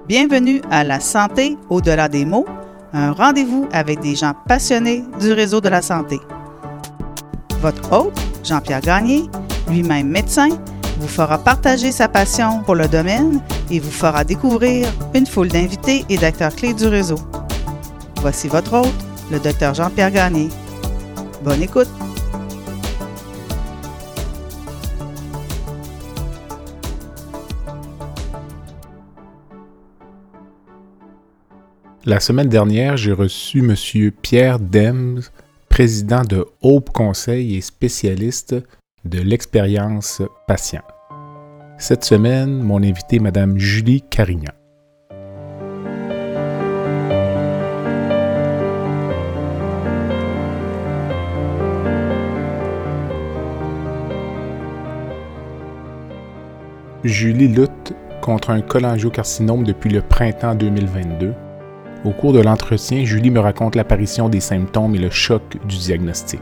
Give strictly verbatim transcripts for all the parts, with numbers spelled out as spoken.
Bienvenue à La santé au-delà des mots, un rendez-vous avec des gens passionnés du réseau de la santé. Votre hôte, Jean-Pierre Gagné, lui-même médecin, vous fera partager sa passion pour le domaine et vous fera découvrir une foule d'invités et d'acteurs clés du réseau. Voici votre hôte, le docteur Jean-Pierre Gagné. Bonne écoute! La semaine dernière, j'ai reçu M. Pierre Demmes, président de Hope Conseil et spécialiste de l'expérience patient. Cette semaine, mon invité est Mme Julie Carignan. Julie lutte contre un cholangiocarcinome depuis le printemps deux mille vingt-deux. Au cours de l'entretien, Julie me raconte l'apparition des symptômes et le choc du diagnostic.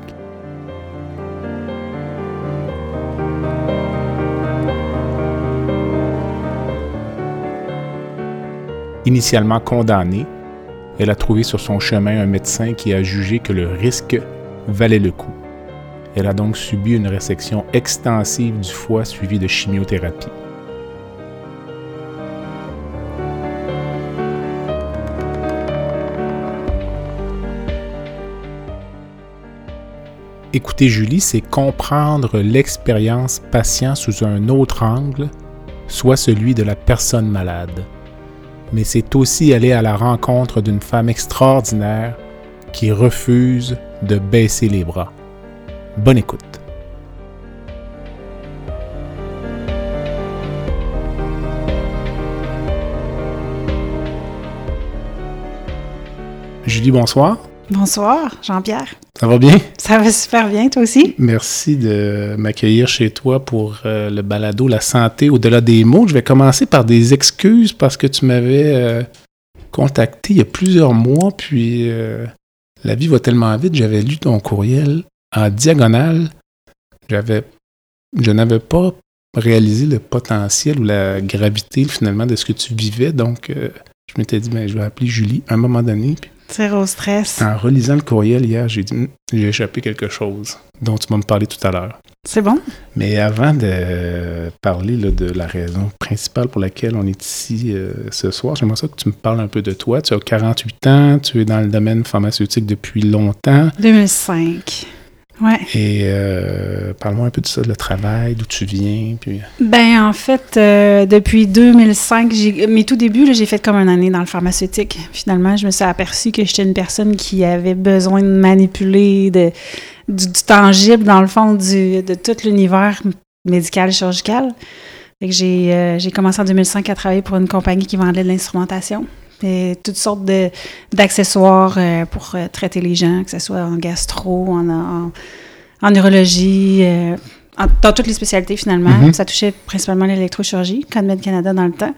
Initialement condamnée, elle a trouvé sur son chemin un médecin qui a jugé que le risque valait le coup. Elle a donc subi une résection extensive du foie suivie de chimiothérapie. Écouter Julie, c'est comprendre l'expérience patient sous un autre angle, soit celui de la personne malade. Mais c'est aussi aller à la rencontre d'une femme extraordinaire qui refuse de baisser les bras. Bonne écoute. Julie, bonsoir. Bonsoir, Jean-Pierre. Ça va bien? Ça va super bien, toi aussi? Merci de m'accueillir chez toi pour euh, le balado La santé au-delà des mots. Je vais commencer par des excuses parce que tu m'avais euh, contacté il y a plusieurs mois, puis euh, la vie va tellement vite, j'avais lu ton courriel en diagonale. J'avais, je n'avais pas réalisé le potentiel ou la gravité finalement de ce que tu vivais, donc euh, je m'étais dit, ben, je vais appeler Julie à un moment donné, puis Zéro stress. en relisant le courriel hier, j'ai dit hm, j'ai échappé quelque chose dont tu vas me parler tout à l'heure. C'est bon? Mais avant de parler là, de la raison principale pour laquelle on est ici euh, ce soir, j'aimerais ça que tu me parles un peu de toi. Tu as quarante-huit ans, tu es dans le domaine pharmaceutique depuis longtemps. deux mille cinq. Ouais. Et euh, parle-moi un peu de ça, le travail, d'où tu viens. Puis... Ben, en fait, euh, depuis deux mille cinq, j'ai, mes tout débuts, là, j'ai fait comme une année dans le pharmaceutique. Finalement, je me suis aperçue que j'étais une personne qui avait besoin de manipuler de, du, du tangible, dans le fond, du, de tout l'univers médical et chirurgical. Fait que j'ai, euh, j'ai commencé en deux mille cinq à travailler pour une compagnie qui vendait de l'instrumentation. Et toutes sortes de, d'accessoires euh, pour euh, traiter les gens, que ce soit en gastro, en, en, en neurologie, euh, en, dans toutes les spécialités finalement. Mm-hmm. Ça touchait principalement l'électrochirurgie, CanMed Canada dans le temps.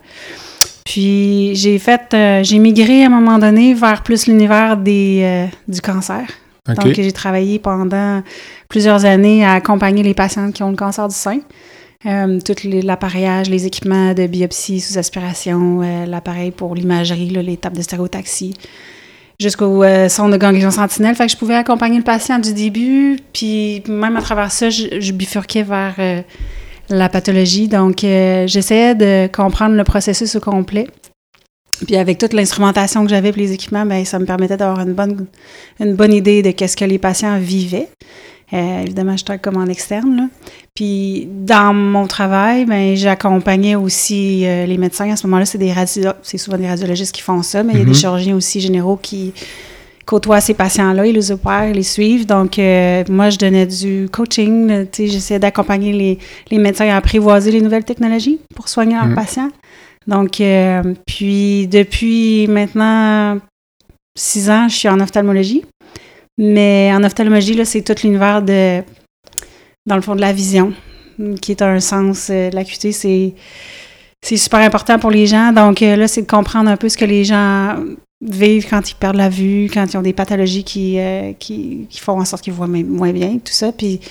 Puis j'ai fait, euh, j'ai migré à un moment donné vers plus l'univers des, euh, du cancer. Okay. Donc j'ai travaillé pendant plusieurs années à accompagner les patients qui ont le cancer du sein. Euh, tout les, l'appareillage, les équipements de biopsie sous aspiration, euh, l'appareil pour l'imagerie, là, les tables de stéréotaxie, jusqu'au euh, son de ganglion sentinelle. Fait que je pouvais accompagner le patient du début, puis même à travers ça, je, je bifurquais vers euh, la pathologie. Donc, euh, j'essayais de comprendre le processus au complet. Puis avec toute l'instrumentation que j'avais pour les équipements, ben ça me permettait d'avoir une bonne, une bonne idée de qu'est-ce que les patients vivaient. Euh, évidemment, je travaille comme en externe, là. Puis, dans mon travail, ben, j'accompagnais aussi euh, les médecins. À ce moment-là, c'est des radio- c'est souvent des radiologistes qui font ça, mais mm-hmm. il y a des chirurgiens aussi généraux qui côtoient ces patients-là, ils les opèrent, ils les suivent. Donc, euh, moi, je donnais du coaching. Tu sais, j'essayais d'accompagner les, les médecins à apprivoiser les nouvelles technologies pour soigner leurs mm-hmm. patients. Donc, euh, puis, depuis maintenant six ans, je suis en ophtalmologie. Mais en ophtalmologie, là, c'est tout l'univers de, dans le fond, de la vision, qui est un sens euh, de l'acuité. C'est, c'est super important pour les gens. Donc euh, là, c'est de comprendre un peu ce que les gens vivent quand ils perdent la vue, quand ils ont des pathologies qui, euh, qui, qui font en sorte qu'ils voient moins bien, tout ça. Puis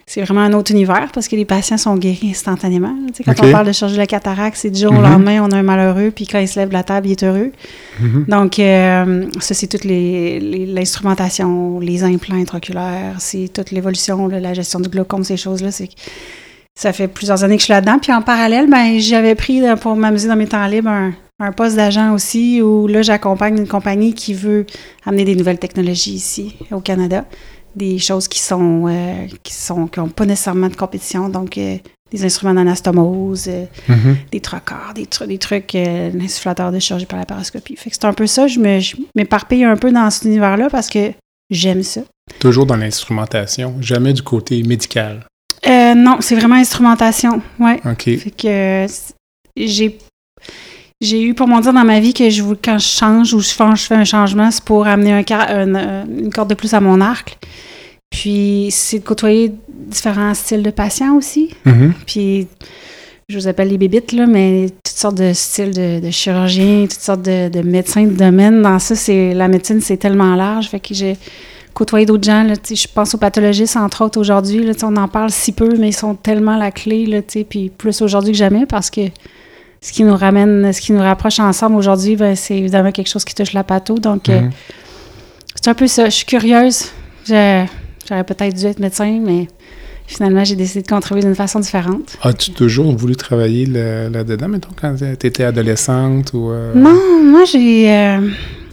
c'est vraiment un autre univers parce que les patients sont guéris instantanément. Tu sais, quand okay. on parle de chirurgie de la cataracte, c'est du jour mm-hmm. au lendemain, on a un malheureux, puis quand il se lève de la table, il est heureux. Mm-hmm. Donc, euh, ça, c'est toute les, les, l'instrumentation, les implants intraoculaires, c'est toute l'évolution, là, la gestion du glaucome, ces choses-là. C'est, ça fait plusieurs années que je suis là-dedans. Puis en parallèle, ben, j'avais pris, pour m'amuser dans mes temps libres, un, un poste d'agent aussi, où là, j'accompagne une compagnie qui veut amener des nouvelles technologies ici, au Canada. Des choses qui sont euh, qui sont qui n'ont pas nécessairement de compétition, donc euh, des instruments d'anastomose, euh, mm-hmm. des trocars, des, tr- des trucs, euh, l'insufflateur de chirurgie par la paroscopie. Fait que c'est un peu ça, je, me, je m'éparpille un peu dans cet univers-là parce que j'aime ça. Toujours dans l'instrumentation, jamais du côté médical? Euh, non, c'est vraiment instrumentation, ouais. OK. Fait que euh, j'ai J'ai eu pour mon dire dans ma vie que je, quand je change ou je fais un changement, c'est pour amener un, un, une corde de plus à mon arc. Puis, c'est de côtoyer différents styles de patients aussi. Mm-hmm. Puis, je vous appelle les bébites, là, mais toutes sortes de styles de, de chirurgiens, toutes sortes de, de médecins de domaine. Dans ça, c'est, la médecine, c'est tellement large. Fait que j'ai côtoyé d'autres gens. Là, je pense aux pathologistes, entre autres, aujourd'hui. Là, on en parle si peu, mais ils sont tellement la clé. Là, puis plus aujourd'hui que jamais, parce que ce qui nous ramène, ce qui nous rapproche ensemble aujourd'hui, ben, c'est évidemment quelque chose qui touche la patho. Donc, mm-hmm. euh, c'est un peu ça. Je suis curieuse. Je, j'aurais peut-être dû être médecin, mais finalement, j'ai décidé de contribuer d'une façon différente. As-tu toujours voulu travailler là, là-dedans, mettons, quand tu étais adolescente? Ou euh... Non, moi, j'ai... Euh,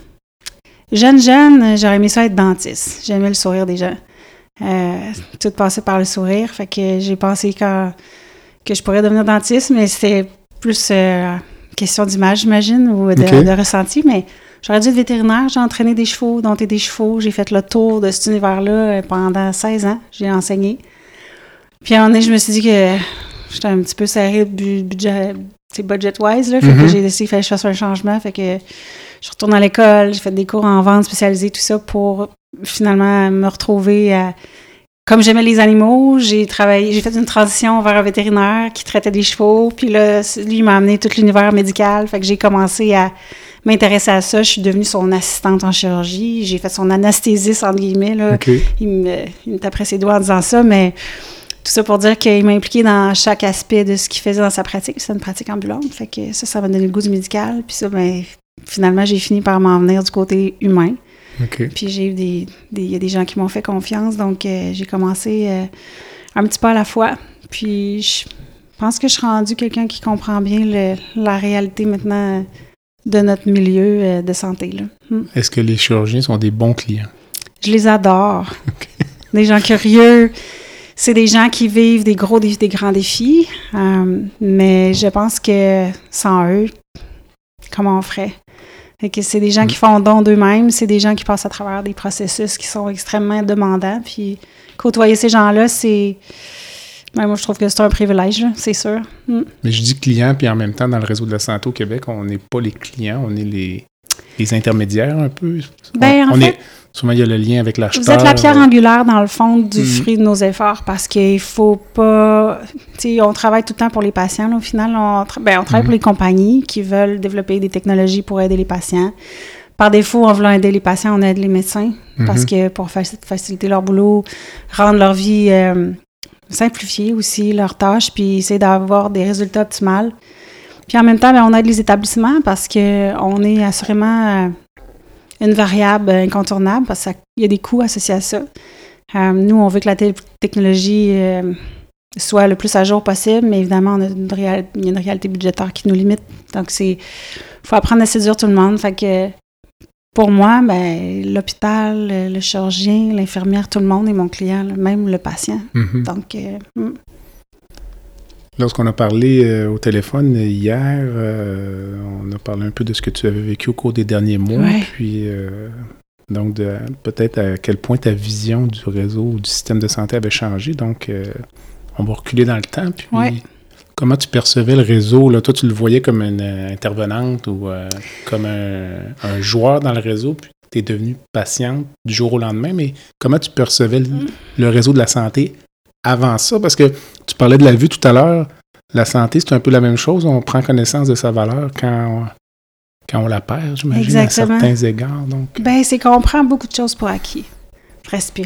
jeune, jeune, j'aurais aimé ça être dentiste. J'aimais le sourire des gens. Euh, tout passait par le sourire. Fait que j'ai pensé quand, que je pourrais devenir dentiste, mais c'était plus euh, question d'image, j'imagine, ou de, okay. de ressenti, mais j'aurais dû être vétérinaire. J'ai entraîné des chevaux, dompté des chevaux. J'ai fait le tour de cet univers-là pendant seize ans. J'ai enseigné. Puis à un moment donné, je me suis dit que j'étais un petit peu serré budget, budget-wise, là. Fait mm-hmm. que j'ai décidé qu'il fallait que je fasse un changement. Fait que je retourne à l'école, j'ai fait des cours en vente spécialisée, tout ça, pour finalement me retrouver à... Comme j'aimais les animaux, j'ai travaillé, j'ai fait une transition vers un vétérinaire qui traitait des chevaux. Puis là, lui, il m'a amené tout l'univers médical. Fait que j'ai commencé à m'intéresser à ça. Je suis devenue son assistante en chirurgie. J'ai fait son anesthésiste, entre guillemets, là. Okay. Il me, il me tapait ses doigts en disant ça, mais tout ça pour dire qu'il m'a impliqué dans chaque aspect de ce qu'il faisait dans sa pratique. C'est une pratique ambulante. Fait que ça, ça m'a donné le goût du médical. Puis ça, ben, finalement, j'ai fini par m'en venir du côté humain. Okay. Puis j'ai eu des, des, y a des gens qui m'ont fait confiance, donc euh, j'ai commencé euh, un petit peu à la fois. Puis je pense que je suis rendue quelqu'un qui comprend bien le, la réalité maintenant de notre milieu euh, de santé. Là. Hmm. Est-ce que les chirurgiens sont des bons clients? Je les adore. Okay. Des gens curieux. C'est des gens qui vivent des gros, des, des grands défis. Euh, mais je pense que sans eux, comment on ferait? Fait que c'est des gens qui font don d'eux-mêmes, c'est des gens qui passent à travers des processus qui sont extrêmement demandants. Puis côtoyer ces gens-là, c'est... Ben, moi, je trouve que c'est un privilège, là, c'est sûr. Mm. Mais je dis client, puis en même temps, dans le réseau de la santé au Québec, on n'est pas les clients, on est les, les intermédiaires un peu. Ben, on, en on fait, est, souvent, il y a le lien avec l'acheteur. Vous êtes la pierre angulaire, dans le fond, du mm. fruit de nos efforts, parce qu'il faut pas... Tu sais, on travaille tout le temps pour les patients, là, au final. On, tra- ben, on travaille mm. pour les compagnies qui veulent développer des technologies pour aider les patients. Par défaut, en voulant aider les patients, on aide les médecins, mm-hmm. parce que pour faciliter leur boulot, rendre leur vie... Euh, simplifier aussi leurs tâches, puis essayer d'avoir des résultats optimaux. Puis en même temps, bien, on aide les établissements parce qu'on est assurément une variable incontournable parce qu'il y a des coûts associés à ça. Euh, nous, on veut que la t- technologie euh, soit le plus à jour possible, mais évidemment, on a une réal- il y a une réalité budgétaire qui nous limite. Donc, il faut apprendre à séduire tout le monde. Fait que pour moi, ben, l'hôpital, le, le chirurgien, l'infirmière, tout le monde est mon client, là, même le patient. Mm-hmm. Donc, euh, mm. Lorsqu'on a parlé euh, au téléphone hier, euh, on a parlé un peu de ce que tu avais vécu au cours des derniers mois, ouais. puis euh, donc de, peut-être à quel point ta vision du réseau ou du système de santé avait changé. Donc, euh, on va reculer dans le temps, puis... Ouais. Comment tu percevais le réseau? Là? Toi, tu le voyais comme une euh, intervenante ou euh, comme un, un joueur dans le réseau, puis tu es devenue patiente du jour au lendemain, mais comment tu percevais le, le réseau de la santé avant ça? Parce que tu parlais de la vue tout à l'heure. La santé, c'est un peu la même chose. On prend connaissance de sa valeur quand on, quand on la perd, j'imagine, Exactement. à certains égards. Donc. Ben, c'est qu'on prend beaucoup de choses pour acquis. Respirer,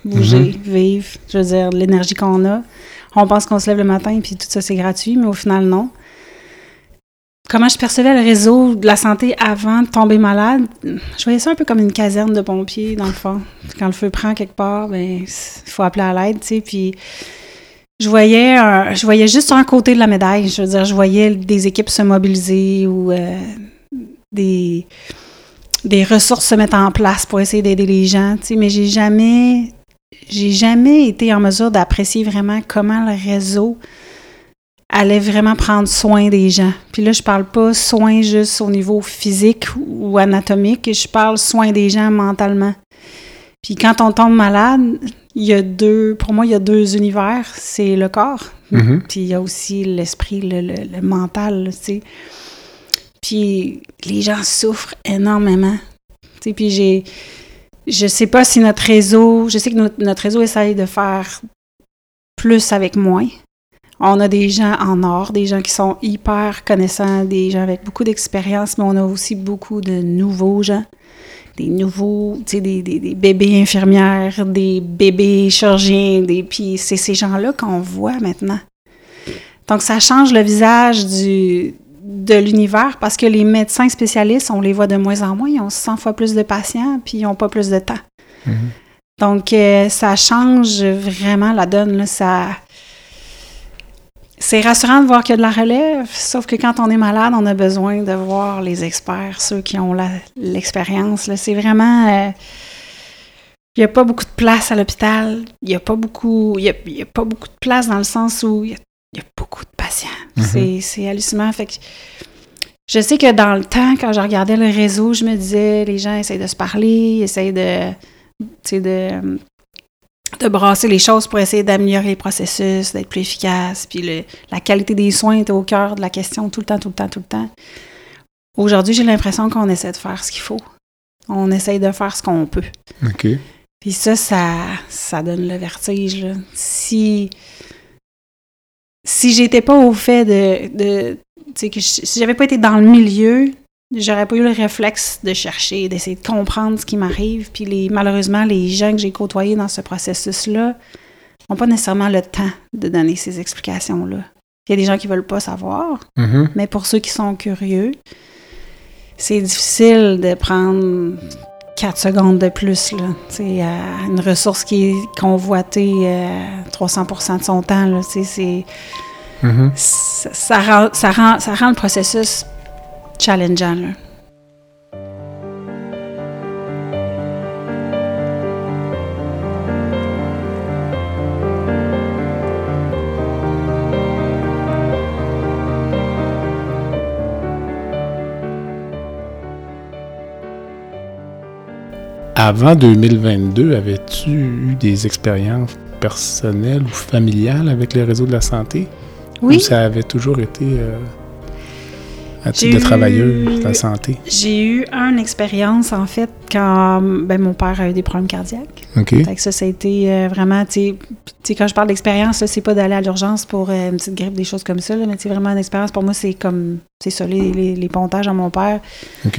bouger, Mm-hmm. vivre. Je veux dire, l'énergie qu'on a. On pense qu'on se lève le matin puis tout ça, c'est gratuit, mais au final, non. Comment je percevais le réseau de la santé avant de tomber malade, je voyais ça un peu comme une caserne de pompiers, dans le fond. Quand le feu prend quelque part, ben il faut appeler à l'aide, tu sais, puis je voyais, un, je voyais juste un côté de la médaille. Je veux dire, je voyais des équipes se mobiliser ou euh, des, des ressources se mettre en place pour essayer d'aider les gens, tu sais, mais j'ai jamais, j'ai jamais été en mesure d'apprécier vraiment comment le réseau allait vraiment prendre soin des gens. Puis là, je parle pas soin juste au niveau physique ou anatomique, je parle soin des gens mentalement. Puis quand on tombe malade, il y a deux, pour moi, il y a deux univers. C'est le corps, Mm-hmm. puis il y a aussi l'esprit, le, le, le mental, tu sais. Puis les gens souffrent énormément. Tu sais, puis j'ai... Je sais pas si notre réseau... Je sais que notre, notre réseau essaye de faire plus avec moins. On a des gens en or, des gens qui sont hyper connaissants, des gens avec beaucoup d'expérience, mais on a aussi beaucoup de nouveaux gens. Des nouveaux, tu sais, des, des, des bébés infirmières, des bébés chirurgiens, des, puis c'est ces gens-là qu'on voit maintenant. Donc, ça change le visage du, de l'univers parce que les médecins spécialistes, on les voit de moins en moins, ils ont cent fois plus de patients, puis ils n'ont pas plus de temps. Mm-hmm. Donc, euh, ça change vraiment la donne, là, ça... C'est rassurant de voir qu'il y a de la relève, sauf que quand on est malade, on a besoin de voir les experts, ceux qui ont la, l'expérience. Là. C'est vraiment... Euh, il n'y a pas beaucoup de place à l'hôpital. Il n'y a pas beaucoup... Il y a, il y a pas beaucoup de place dans le sens où il y a, il y a beaucoup de patients. Mm-hmm. C'est, c'est hallucinant. Fait que je sais que dans le temps, quand je regardais le réseau, je me disais, les gens essayent de se parler, essayent de... Tu sais, de... de brasser les choses pour essayer d'améliorer les processus, d'être plus efficace. Puis le, la qualité des soins était au cœur de la question tout le temps, tout le temps, tout le temps. Aujourd'hui, j'ai l'impression qu'on essaie de faire ce qu'il faut. On essaie de faire ce qu'on peut. OK. Puis ça, ça, ça donne le vertige, là. Si, si j'étais pas au fait de... de tu sais, que je, si j'avais pas été dans le milieu... J'aurais pas eu le réflexe de chercher, d'essayer de comprendre ce qui m'arrive. Puis les, malheureusement, les gens que j'ai côtoyés dans ce processus-là n'ont pas nécessairement le temps de donner ces explications-là. Il y a des gens qui veulent pas savoir, Mm-hmm. mais pour ceux qui sont curieux, c'est difficile de prendre quatre secondes de plus, là. C'est euh, une ressource qui est convoitée euh, trois cents pour cent de son temps, là. C'est, c'est, Mm-hmm. ça, ça, rend, ça, rend, ça rend le processus challengeant, là. Avant deux mille vingt-deux, avais-tu eu des expériences personnelles ou familiales avec le réseau de la santé? Oui. Ou ça avait toujours été euh, à titre J'ai de travailleuse eu... de la santé? J'ai eu une expérience, en fait, quand ben, mon père a eu des problèmes cardiaques. OK. Fait que ça, ça a été euh, vraiment, tu sais, quand je parle d'expérience, là, c'est pas d'aller à l'urgence pour euh, une petite grippe, des choses comme ça, là, mais c'est vraiment une expérience. Pour moi, c'est comme, c'est ça, les, les, les pontages à mon père. OK.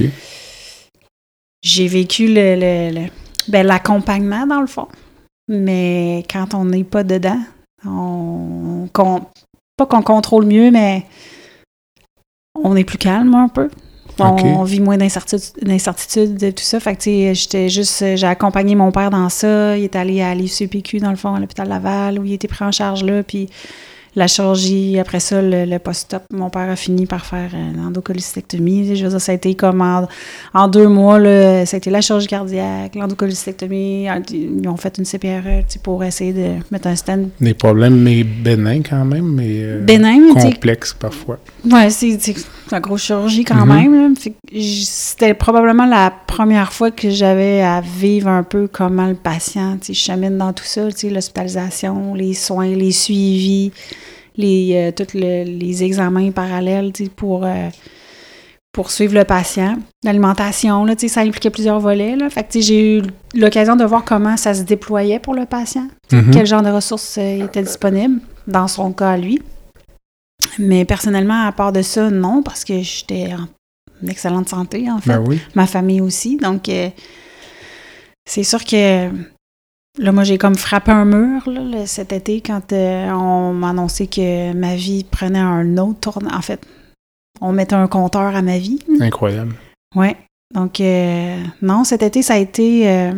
J'ai vécu le, le, le ben, l'accompagnement, dans le fond. Mais quand on n'est pas dedans, on, on... pas qu'on contrôle mieux, mais on est plus calme un peu. On, Okay. on vit moins d'incertitude, d'incertitude et tout ça. Fait que, tu sais, j'étais juste... J'ai accompagné mon père dans ça. Il est allé à l'I C P Q, dans le fond, à l'hôpital Laval, où il était pris en charge là. Puis la chirurgie, après ça, le, le post-op, mon père a fini par faire une endocholecystectomie. Je veux dire, ça a été comme en, en deux mois, là, ça a été la chirurgie cardiaque, l'endocholecystectomie. Ils ont fait une C P R E, tu sais, pour essayer de mettre un stand. Des problèmes, mais bénins quand même, mais euh, Bénin, complexes parfois. Oui, c'est, c'est la grosse chirurgie quand mm-hmm. même. Là. Fait que c'était probablement la première fois que j'avais à vivre un peu comment le patient, tu sais, je chemine dans tout ça, tu sais, l'hospitalisation, les soins, les suivis, les euh, tous le, les examens parallèles, tu sais, pour, euh, pour suivre le patient. L'alimentation, là, tu sais, ça impliquait plusieurs volets, là. Fait que, tu sais, j'ai eu l'occasion de voir comment ça se déployait pour le patient, mm-hmm. quel genre de ressources euh, étaient disponibles dans son cas à lui. Mais personnellement, à part de ça, non, parce que j'étais en excellente santé, en fait. Ben oui. Ma famille aussi. Donc, euh, c'est sûr que là, moi, j'ai comme frappé un mur là, le- cet été quand euh, on m'a annoncé que ma vie prenait un autre tournant. En fait, on mettait un compteur à ma vie. Incroyable. Ouais. Donc, euh, non, cet été, ça a été... euh,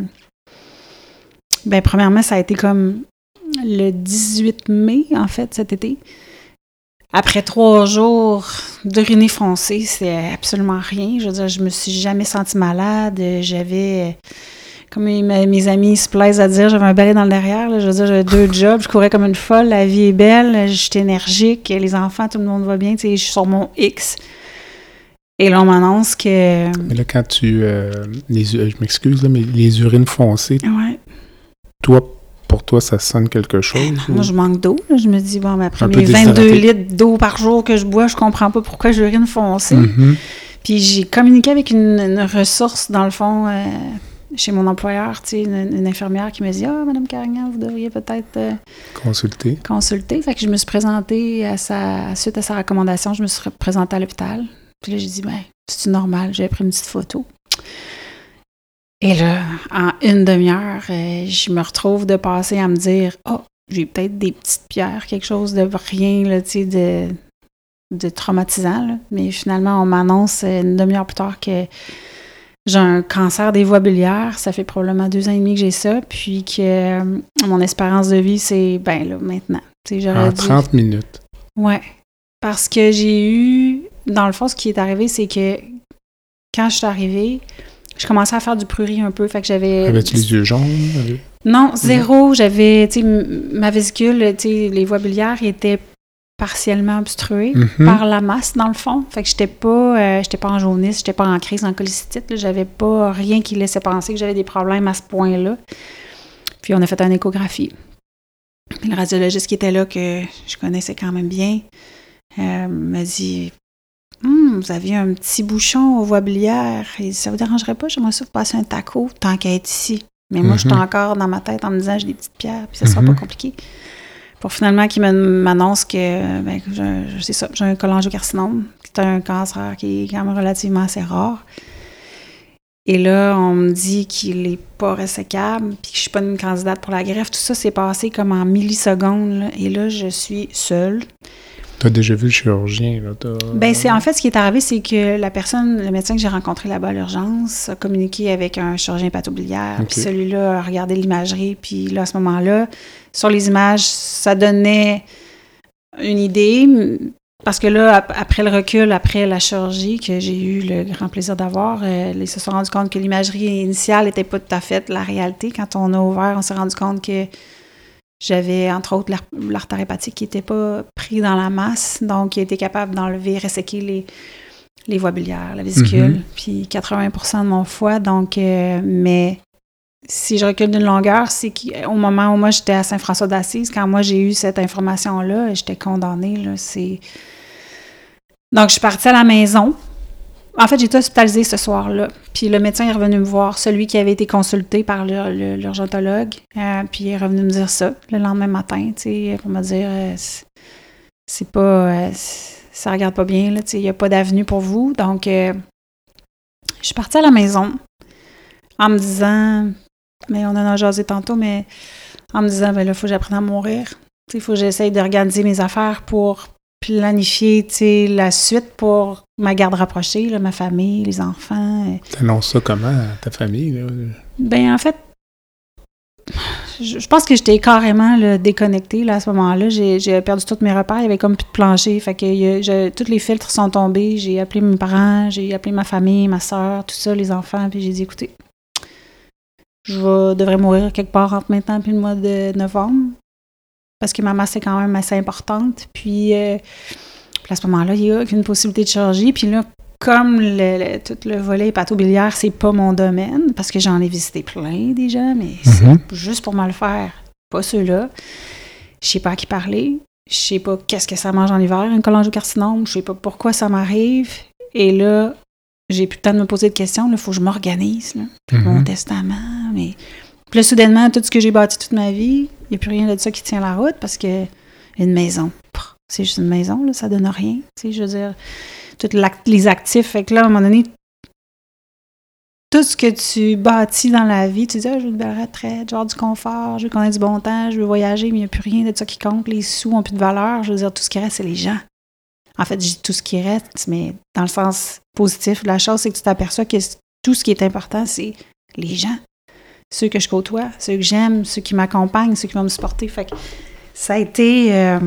ben, premièrement, ça a été comme le dix-huit mai, en fait, cet été. Après trois jours d'uriner foncé, c'est absolument rien. Je veux dire, je me suis jamais sentie malade. J'avais... Comme mes, mes amis se plaisent à dire, j'avais un balai dans le derrière. Là, je veux dire, j'avais deux jobs, je courais comme une folle, la vie est belle, j'étais énergique, les enfants, tout le monde va bien, tu sais, je suis sur mon X. Et là, on m'annonce que... Mais là, quand tu... Euh, les, je m'excuse, là, mais les urines foncées, Ouais. toi, pour toi, ça sonne quelque chose? Ben, ou... moi, je manque d'eau. Là. Je me dis, bon, ben, après Un mes peu vingt-deux déshydraté. litres d'eau par jour que je bois, je comprends pas pourquoi j'urine foncée. Mhm. Puis j'ai communiqué avec une, une ressource, dans le fond, euh, chez mon employeur, tu sais, une, une infirmière qui me dit « Ah, Madame Carignan, vous devriez peut-être euh, Consulter. consulter. » Fait que je me suis présentée, à sa, suite à sa recommandation, je me suis présentée à l'hôpital. Puis là, j'ai dit « Ben, c'est normal. » J'avais pris une petite photo. Et là, en une demi-heure, euh, je me retrouve de passer à me dire « Oh, j'ai peut-être des petites pierres, quelque chose de rien, là, tu sais, de... » de traumatisant, là. Mais finalement, on m'annonce une demi-heure plus tard que j'ai un cancer des voies biliaires. Ça fait probablement deux ans et demi que j'ai ça. Puis que euh, mon espérance de vie, c'est, ben là, maintenant. Tu sais, j'aurais En dû... trente minutes. Ouais. Parce que j'ai eu... Dans le fond, ce qui est arrivé, c'est que quand je suis arrivée, je commençais à faire du prurit un peu. Fait que j'avais... Avais-tu les yeux jaunes? Avais- Non, zéro. J'avais, tu sais, m- ma vésicule, tu sais, les voies biliaires étaient partiellement obstruée Mhm. par la masse, dans le fond. Fait que j'étais pas, euh, j'étais pas en jaunisse, j'étais pas en crise, en cholécystite. Là. J'avais pas rien qui laissait penser que j'avais des problèmes à ce point-là. Puis on a fait une échographie. Puis le radiologiste qui était là, que je connaissais quand même bien, euh, m'a dit Hum, vous aviez un petit bouchon aux voies biliaires. Et ça vous dérangerait pas? J'aimerais ça vous passer un taco tant qu'à être ici. Mais moi, Mhm. j'étais encore dans ma tête en me disant j'ai des petites pierres, puis ça sera Mhm. pas compliqué. Pour finalement qu'il me- m'annonce que, ben, que j'ai, c'est ça, j'ai un cholangiocarcinome, qui est un cancer qui est quand même relativement assez rare. Et là, on me dit qu'il est pas ressécable, puis que je suis pas une candidate pour la greffe. Tout ça s'est passé comme en millisecondes, là. Et là, je suis seule. T'as déjà vu le chirurgien, là? T'as... Ben c'est en fait, ce qui est arrivé, c'est que la personne, le médecin que j'ai rencontré là-bas à l'urgence, a communiqué avec un chirurgien hépatobiliaire. Ok. Puis celui-là a regardé l'imagerie. Puis là, à ce moment-là, sur les images, ça donnait une idée. Parce que là, ap- après le recul, après la chirurgie, que j'ai eu le grand plaisir d'avoir, euh, ils se sont rendus compte que l'imagerie initiale n'était pas tout à fait la réalité. Quand on a ouvert, on s'est rendu compte que j'avais, entre autres, l'ar- l'artère hépatique qui n'était pas pris dans la masse, donc qui était capable d'enlever, resséquer les, les voies biliaires, la vésicule, Mhm. puis quatre-vingts pour cent de mon foie. Donc, euh, mais si je recule d'une longueur, c'est qu'au moment où moi, j'étais à Saint-François d'Assise, quand moi, j'ai eu cette information-là, j'étais condamnée, là, c'est... Donc, je suis partie à la maison. En fait, j'ai été hospitalisée ce soir-là. Puis le médecin est revenu me voir, celui qui avait été consulté par le- le- l'urgentologue. Euh, puis il est revenu me dire ça le lendemain matin, tu sais, pour me dire euh, c'est, c'est pas. Euh, c'est- ça regarde pas bien, là, tu sais, il n'y a pas d'avenue pour vous. Donc, euh, je suis partie à la maison en me disant, mais on en a jasé tantôt, mais en me disant, ben là, il faut que j'apprenne à mourir. Tu sais, il faut que j'essaye d'organiser mes affaires pour planifier, tu sais, la suite pour ma garde rapprochée, là, ma famille, les enfants. euh. T'annonces ça comment à ta famille, là? Ben, en fait, je, je pense que j'étais carrément là, déconnectée là, à ce moment-là. J'ai, j'ai perdu tous mes repères. Il y avait comme plus de plancher. Fait que il y a- je- tous les filtres sont tombés. J'ai appelé mes parents, j'ai appelé ma famille, ma soeur, tout ça, les enfants. Puis j'ai dit, écoutez, je vais- devrais mourir quelque part entre maintenant et le mois de novembre. Parce que ma masse est quand même assez importante. Puis, euh, puis à ce moment-là, il n'y a aucune possibilité de chirurgie. Puis là, comme le, le- tout le volet hépatobiliaire, c'est pas mon domaine, parce que j'en ai visité plein déjà, mais c'est Mhm. juste pour me le faire, pas ceux-là. Je sais pas à qui parler. Je sais pas qu'est-ce que ça mange en hiver, un cholangiocarcinome. Je sais pas pourquoi ça m'arrive. Et là, j'ai plus le temps de me poser de questions. Il faut que je m'organise. Là. Puis mon Mhm. testament, mais... Puis là, soudainement, tout ce que j'ai bâti toute ma vie, il n'y a plus rien de ça qui tient la route, parce que une maison, pff, c'est juste une maison, là, ça donne rien. Tu sais, je veux dire, tous l'ac- les actifs. Fait que là, à un moment donné, tout ce que tu bâtis dans la vie, tu dis, ah, je veux une belle retraite, je veux avoir du confort, je veux qu'on ait du bon temps, je veux voyager, mais il n'y a plus rien de ça qui compte, les sous n'ont plus de valeur. Je veux dire, tout ce qui reste, c'est les gens. En fait, je dis tout ce qui reste, mais dans le sens positif de la chose, c'est que tu t'aperçois que tout ce qui est important, c'est les gens. Ceux que je côtoie, ceux que j'aime, ceux qui m'accompagnent, ceux qui vont me supporter. Fait que ça a été... Euh,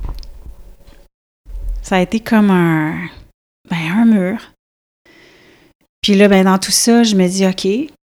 ça a été comme un... Ben, un mur. Puis là, ben, dans tout ça, je me dis, OK,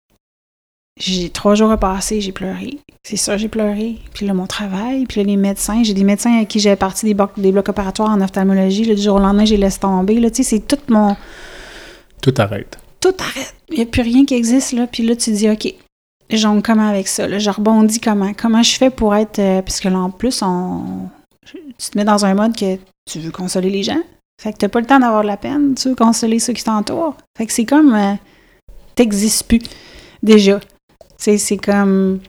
j'ai trois jours à passer, j'ai pleuré. C'est ça, j'ai pleuré. Puis là, mon travail, puis là, les médecins, j'ai des médecins à qui j'avais parti des blocs, des blocs opératoires en ophtalmologie. Là, du jour au lendemain, je les laisse tomber. Là, tu sais, c'est tout mon... Tout arrête. Tout arrête. Il n'y a plus rien qui existe, là. Puis là, tu te dis, OK, je jongle comment avec ça? Là? Je rebondis comment? Comment je fais pour être... Euh, puisque là, en plus, on, tu te mets dans un mode que tu veux consoler les gens. Fait que t'as pas le temps d'avoir de la peine, tu veux consoler ceux qui t'entourent. Fait que c'est comme... Euh, t'existes plus, déjà. Tu sais, c'est comme...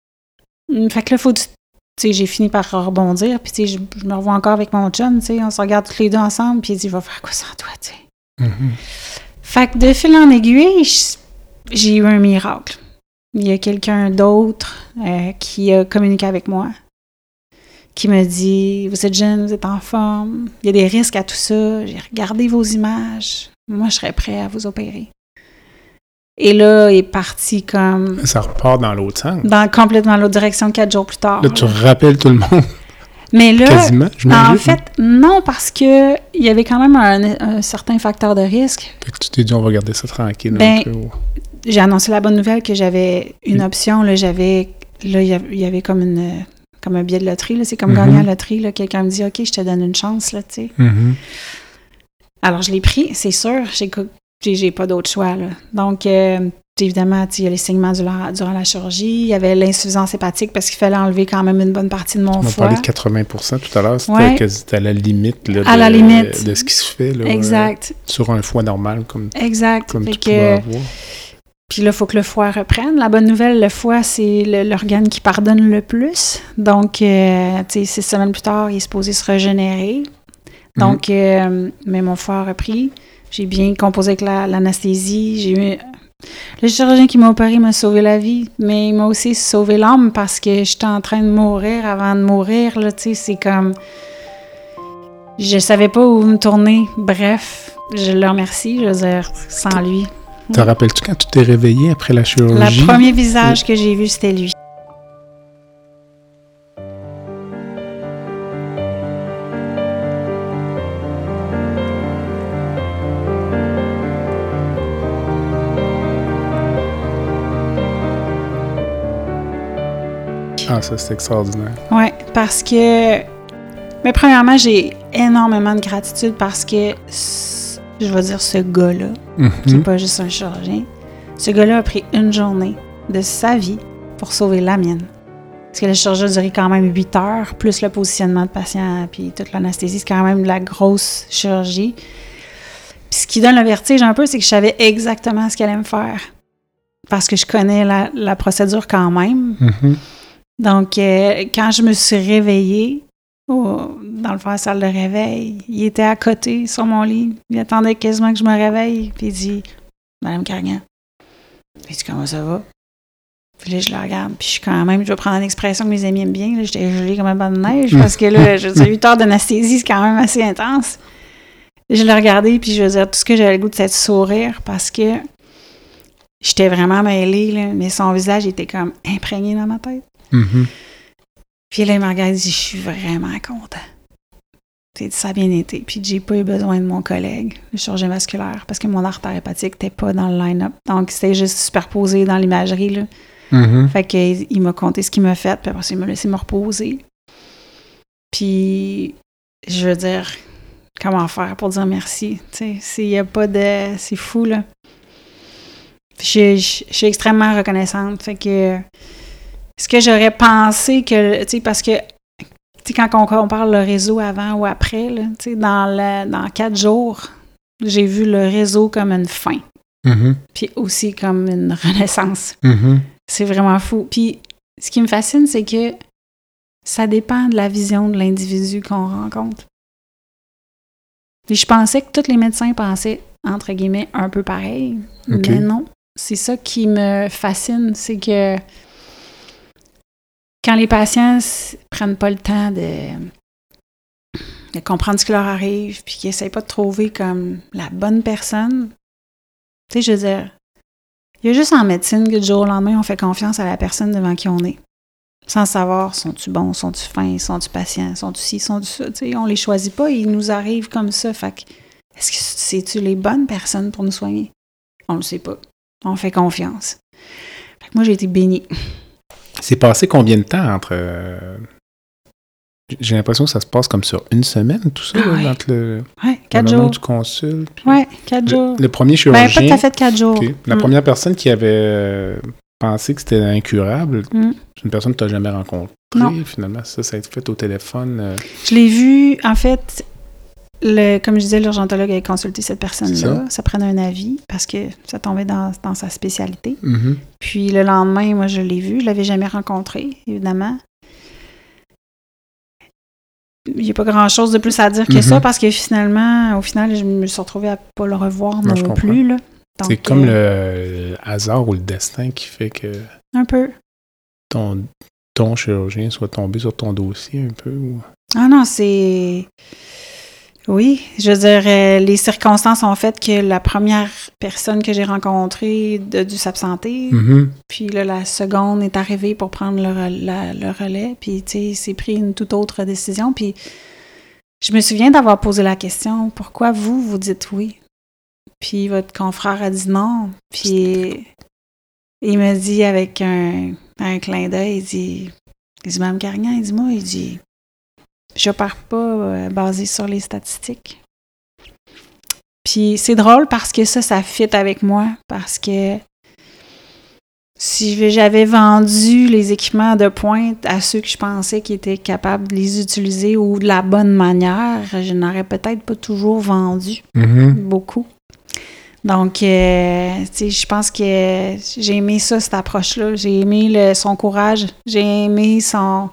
Fait que là, faut... Tu sais, j'ai fini par rebondir, puis tu sais, je, je me revois encore avec mon chum, tu sais, on se regarde tous les deux ensemble, puis il dit, va faire quoi sans toi, tu sais. Mm-hmm. Fait que de fil en aiguille, j'ai eu un miracle. Il y a quelqu'un d'autre euh, qui a communiqué avec moi, qui me dit « Vous êtes jeune, vous êtes en forme, il y a des risques à tout ça, j'ai regardé vos images, moi je serais prêt à vous opérer. » Et là, il est parti comme... Ça repart dans l'autre sens. Dans complètement l'autre direction, quatre jours plus tard. Là, tu rappelles tout le monde. Mais là, quasiment, en fait, non, parce que il y avait quand même un, un certain facteur de risque. Fait que tu t'es dit, on va garder ça tranquille. Ben, peu, ou... j'ai annoncé la bonne nouvelle que j'avais une option. Là, j'avais, là, il y avait, il y avait comme une, comme un billet de loterie. Là, c'est comme mm-hmm. gagner à la loterie. Là, quelqu'un me dit, OK, je te donne une chance, là, tu sais. Mm-hmm. Alors, je l'ai pris, c'est sûr. J'ai, j'ai, j'ai pas d'autre choix, là. Donc, euh, évidemment, il y a les saignements durant, durant la chirurgie. Il y avait l'insuffisance hépatique parce qu'il fallait enlever quand même une bonne partie de mon foie. On foie. parlait de quatre-vingts pour cent tout à l'heure. C'était ouais. quasi à la limite, là, de, à la limite de ce qui se fait là, exact. Euh, sur un foie normal comme, exact. comme fait tu que, peux avoir. Puis là, il faut que le foie reprenne. La bonne nouvelle, le foie, c'est le, l'organe qui pardonne le plus. Donc, euh, tu sais, six semaines plus tard, il est supposé se régénérer. Donc, mm-hmm. euh, mais mon foie a repris. J'ai bien composé avec la, l'anesthésie. J'ai eu... Le chirurgien qui m'a opéré m'a sauvé la vie, mais il m'a aussi sauvé l'âme parce que j'étais en train de mourir avant de mourir. Là, tu sais, c'est comme... Je savais pas où me tourner. Bref, je le remercie. Je veux dire, sans lui... Te rappelles-tu quand tu t'es réveillée après la chirurgie? Le premier visage que j'ai vu, c'était lui. Ah, ça, c'est extraordinaire. Oui, parce que... Mais premièrement, j'ai énormément de gratitude parce que... Je vais dire ce gars-là, mm-hmm. qui n'est pas juste un chirurgien, ce gars-là a pris une journée de sa vie pour sauver la mienne. Parce que le chirurgie a duré quand même huit heures, plus le positionnement de patient, puis toute l'anesthésie, c'est quand même de la grosse chirurgie. Puis ce qui donne le vertige un peu, c'est que je savais exactement ce qu'elle allait me faire. Parce que je connais la, la procédure quand même. Mm-hmm. Donc, euh, quand je me suis réveillée, Oh, dans le fond, la salle de réveil, il était à côté, sur mon lit. Il attendait quasiment que je me réveille. Puis il dit « Madame Carignan, il dit comment ça va? » Puis là, je le regarde. Puis je suis quand même, je vais prendre une expression que mes amis aiment bien. Là, j'étais gelée comme un banc de neige parce que là, je veux dire, huit heures d'anesthésie, c'est quand même assez intense. Je l'ai regardé, puis je veux dire, tout ce que j'avais le goût de c'est de sourire parce que j'étais vraiment mêlée, là, mais son visage était comme imprégné dans ma tête. Mm-hmm. Puis là, il m'a regardé et dit « Je suis vraiment content. » Ça a bien été. Puis j'ai pas eu besoin de mon collègue, le chirurgien vasculaire, parce que mon artère hépatique n'était pas dans le line-up. Donc, c'était juste superposé dans l'imagerie, là. Mm-hmm. Fait qu'il il m'a conté ce qu'il m'a fait, puis après ça, il m'a laissé me reposer. Puis, je veux dire, comment faire pour dire merci? Tu sais, il y a pas de... C'est fou, là. Je, je, je suis extrêmement reconnaissante. Fait que... Ce que j'aurais pensé que, tu sais, parce que, tu sais, quand on compare le réseau avant ou après, là, tu sais, dans, le, dans quatre jours, j'ai vu le réseau comme une fin. Mm-hmm. Puis aussi comme une renaissance. Mm-hmm. C'est vraiment fou. Puis, ce qui me fascine, c'est que ça dépend de la vision de l'individu qu'on rencontre. Puis je pensais que tous les médecins pensaient, entre guillemets, un peu pareil. Okay. Mais non. c'est ça qui me fascine, c'est que quand les patients s- prennent pas le temps de, de comprendre ce qui leur arrive, puis qu'ils essayent pas de trouver comme la bonne personne, tu sais, je veux dire, il y a juste en médecine que du jour au lendemain, on fait confiance à la personne devant qui on est. Sans savoir, sont-tu bons, sont-tu fins, sont-tu patients, sont-tu ci, sont-tu ça, tu sais, on les choisit pas, ils nous arrivent comme ça, fait que, est-ce que c'est-tu les bonnes personnes pour nous soigner? On le sait pas. On fait confiance. Fait que moi, j'ai été bénie. C'est passé combien de temps entre... euh, J'ai l'impression que ça se passe comme sur une semaine, tout ça, Ah là, ouais. entre le, Ouais, le quatre moment où jours. tu consultes. puis- Ouais, quatre jours. Le, le premier Ben, chirurgien... pas tout à fait quatre jours. OK. La Mm. première personne qui avait euh, pensé que c'était incurable, Mm. c'est une personne que tu n'as jamais rencontrée. Non. Finalement, ça, ça a été fait au téléphone. euh, Je l'ai vu, en fait, le, comme je disais, l'urgentologue avait consulté cette personne-là. C'est ça. Ça prenait un avis parce que ça tombait dans, dans sa spécialité. mhm. Puis le lendemain, moi, je l'ai vu. Je l'avais jamais rencontré, évidemment. Il n'y a pas grand-chose de plus à dire que Mhm. ça parce que finalement, au final, je me suis retrouvée à ne pas le revoir Non, je non comprends. plus. Là. C'est Donc, comme euh, le, le hasard ou le destin qui fait que Un peu. ton, ton chirurgien soit tombé sur ton dossier un peu. Ou... Ah non, c'est... Oui, je veux dire, euh, les circonstances ont fait que la première personne que j'ai rencontrée a dû s'absenter. Mhm. Puis là, la seconde est arrivée pour prendre le, re- la- le relais. Puis, tu sais, c'est pris une toute autre décision. Puis, je me souviens d'avoir posé la question, pourquoi vous, vous dites oui? Puis, votre confrère a dit non. Puis, il me dit avec un, un clin d'œil, il dit, il dit, Mme Carignan, il dit, moi, il dit, je pars pas euh, basé sur les statistiques. Puis, c'est drôle parce que ça, ça fit avec moi. Parce que si j'avais vendu les équipements de pointe à ceux que je pensais qui étaient capables de les utiliser ou de la bonne manière, je n'aurais peut-être pas toujours vendu Mhm. beaucoup. Donc, euh, tu sais, je pense que j'ai aimé ça, cette approche-là. J'ai aimé le- son courage. J'ai aimé son...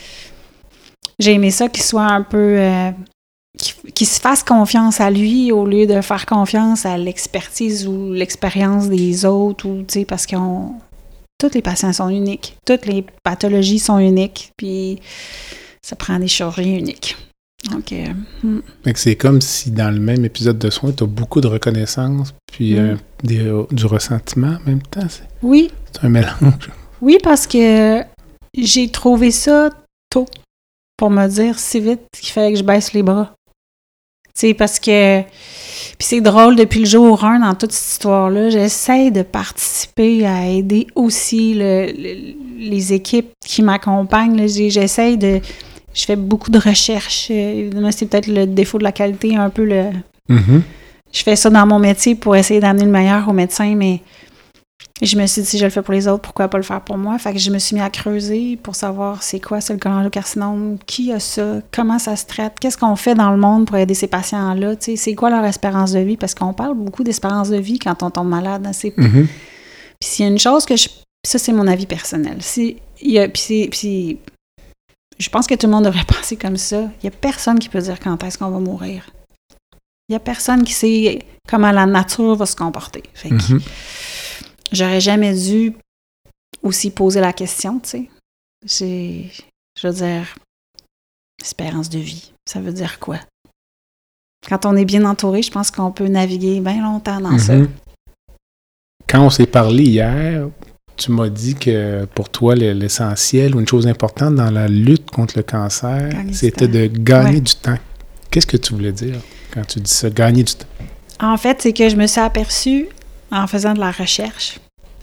J'ai aimé ça qu'il soit un peu... euh, qu'il qu'il se fasse confiance à lui au lieu de faire confiance à l'expertise ou l'expérience des autres, ou, tu sais, parce qu'on... Tous les patients sont uniques. Toutes les pathologies sont uniques. Puis, ça prend des chirurgiens uniques. Donc, euh, hmm. Fait que c'est comme si dans le même épisode de soins, tu as beaucoup de reconnaissance puis Mm. euh, des- euh, du ressentiment en même temps. C'est, oui, c'est un mélange. oui, parce que j'ai trouvé ça tôt pour me dire si vite qu'il fallait que je baisse les bras. Tu sais, parce que... Puis c'est drôle, depuis le jour un, dans toute cette histoire-là, j'essaie de participer à aider aussi le- le- les équipes qui m'accompagnent. Là. J'ai- J'essaie de... Je fais beaucoup de recherches. Euh, Évidemment, c'est peut-être le défaut de la qualité, un peu le... Mhm. Je fais ça dans mon métier pour essayer d'amener le meilleur aux médecins, mais je me suis dit, si je le fais pour les autres, pourquoi pas le faire pour moi? Fait que je me suis mis à creuser pour savoir c'est quoi, c'est le cholangiocarcinome, qui a ça, comment ça se traite, qu'est-ce qu'on fait dans le monde pour aider ces patients-là, tu sais, c'est quoi leur espérance de vie? Parce qu'on parle beaucoup d'espérance de vie quand on tombe malade. Hein, c'est... Mhm. Puis s'il y a une chose que je... Ça, c'est mon avis personnel. Si il y a... Puis, c'est... Puis je pense que tout le monde devrait penser comme ça. Il n'y a personne qui peut dire quand est-ce qu'on va mourir. Il n'y a personne qui sait comment la nature va se comporter. Fait que Mhm. j'aurais jamais dû aussi poser la question, tu sais. J'ai... Je veux dire, espérance de vie, ça veut dire quoi? Quand on est bien entouré, je pense qu'on peut naviguer bien longtemps dans ça. Mhm. Quand on s'est parlé hier, tu m'as dit que pour toi, le- l'essentiel ou une chose importante dans la lutte contre le cancer, Gagner du c'était temps. de gagner Ouais. du temps. Qu'est-ce que tu voulais dire quand tu dis ça, gagner du temps? En fait, c'est que je me suis aperçue, en faisant de la recherche,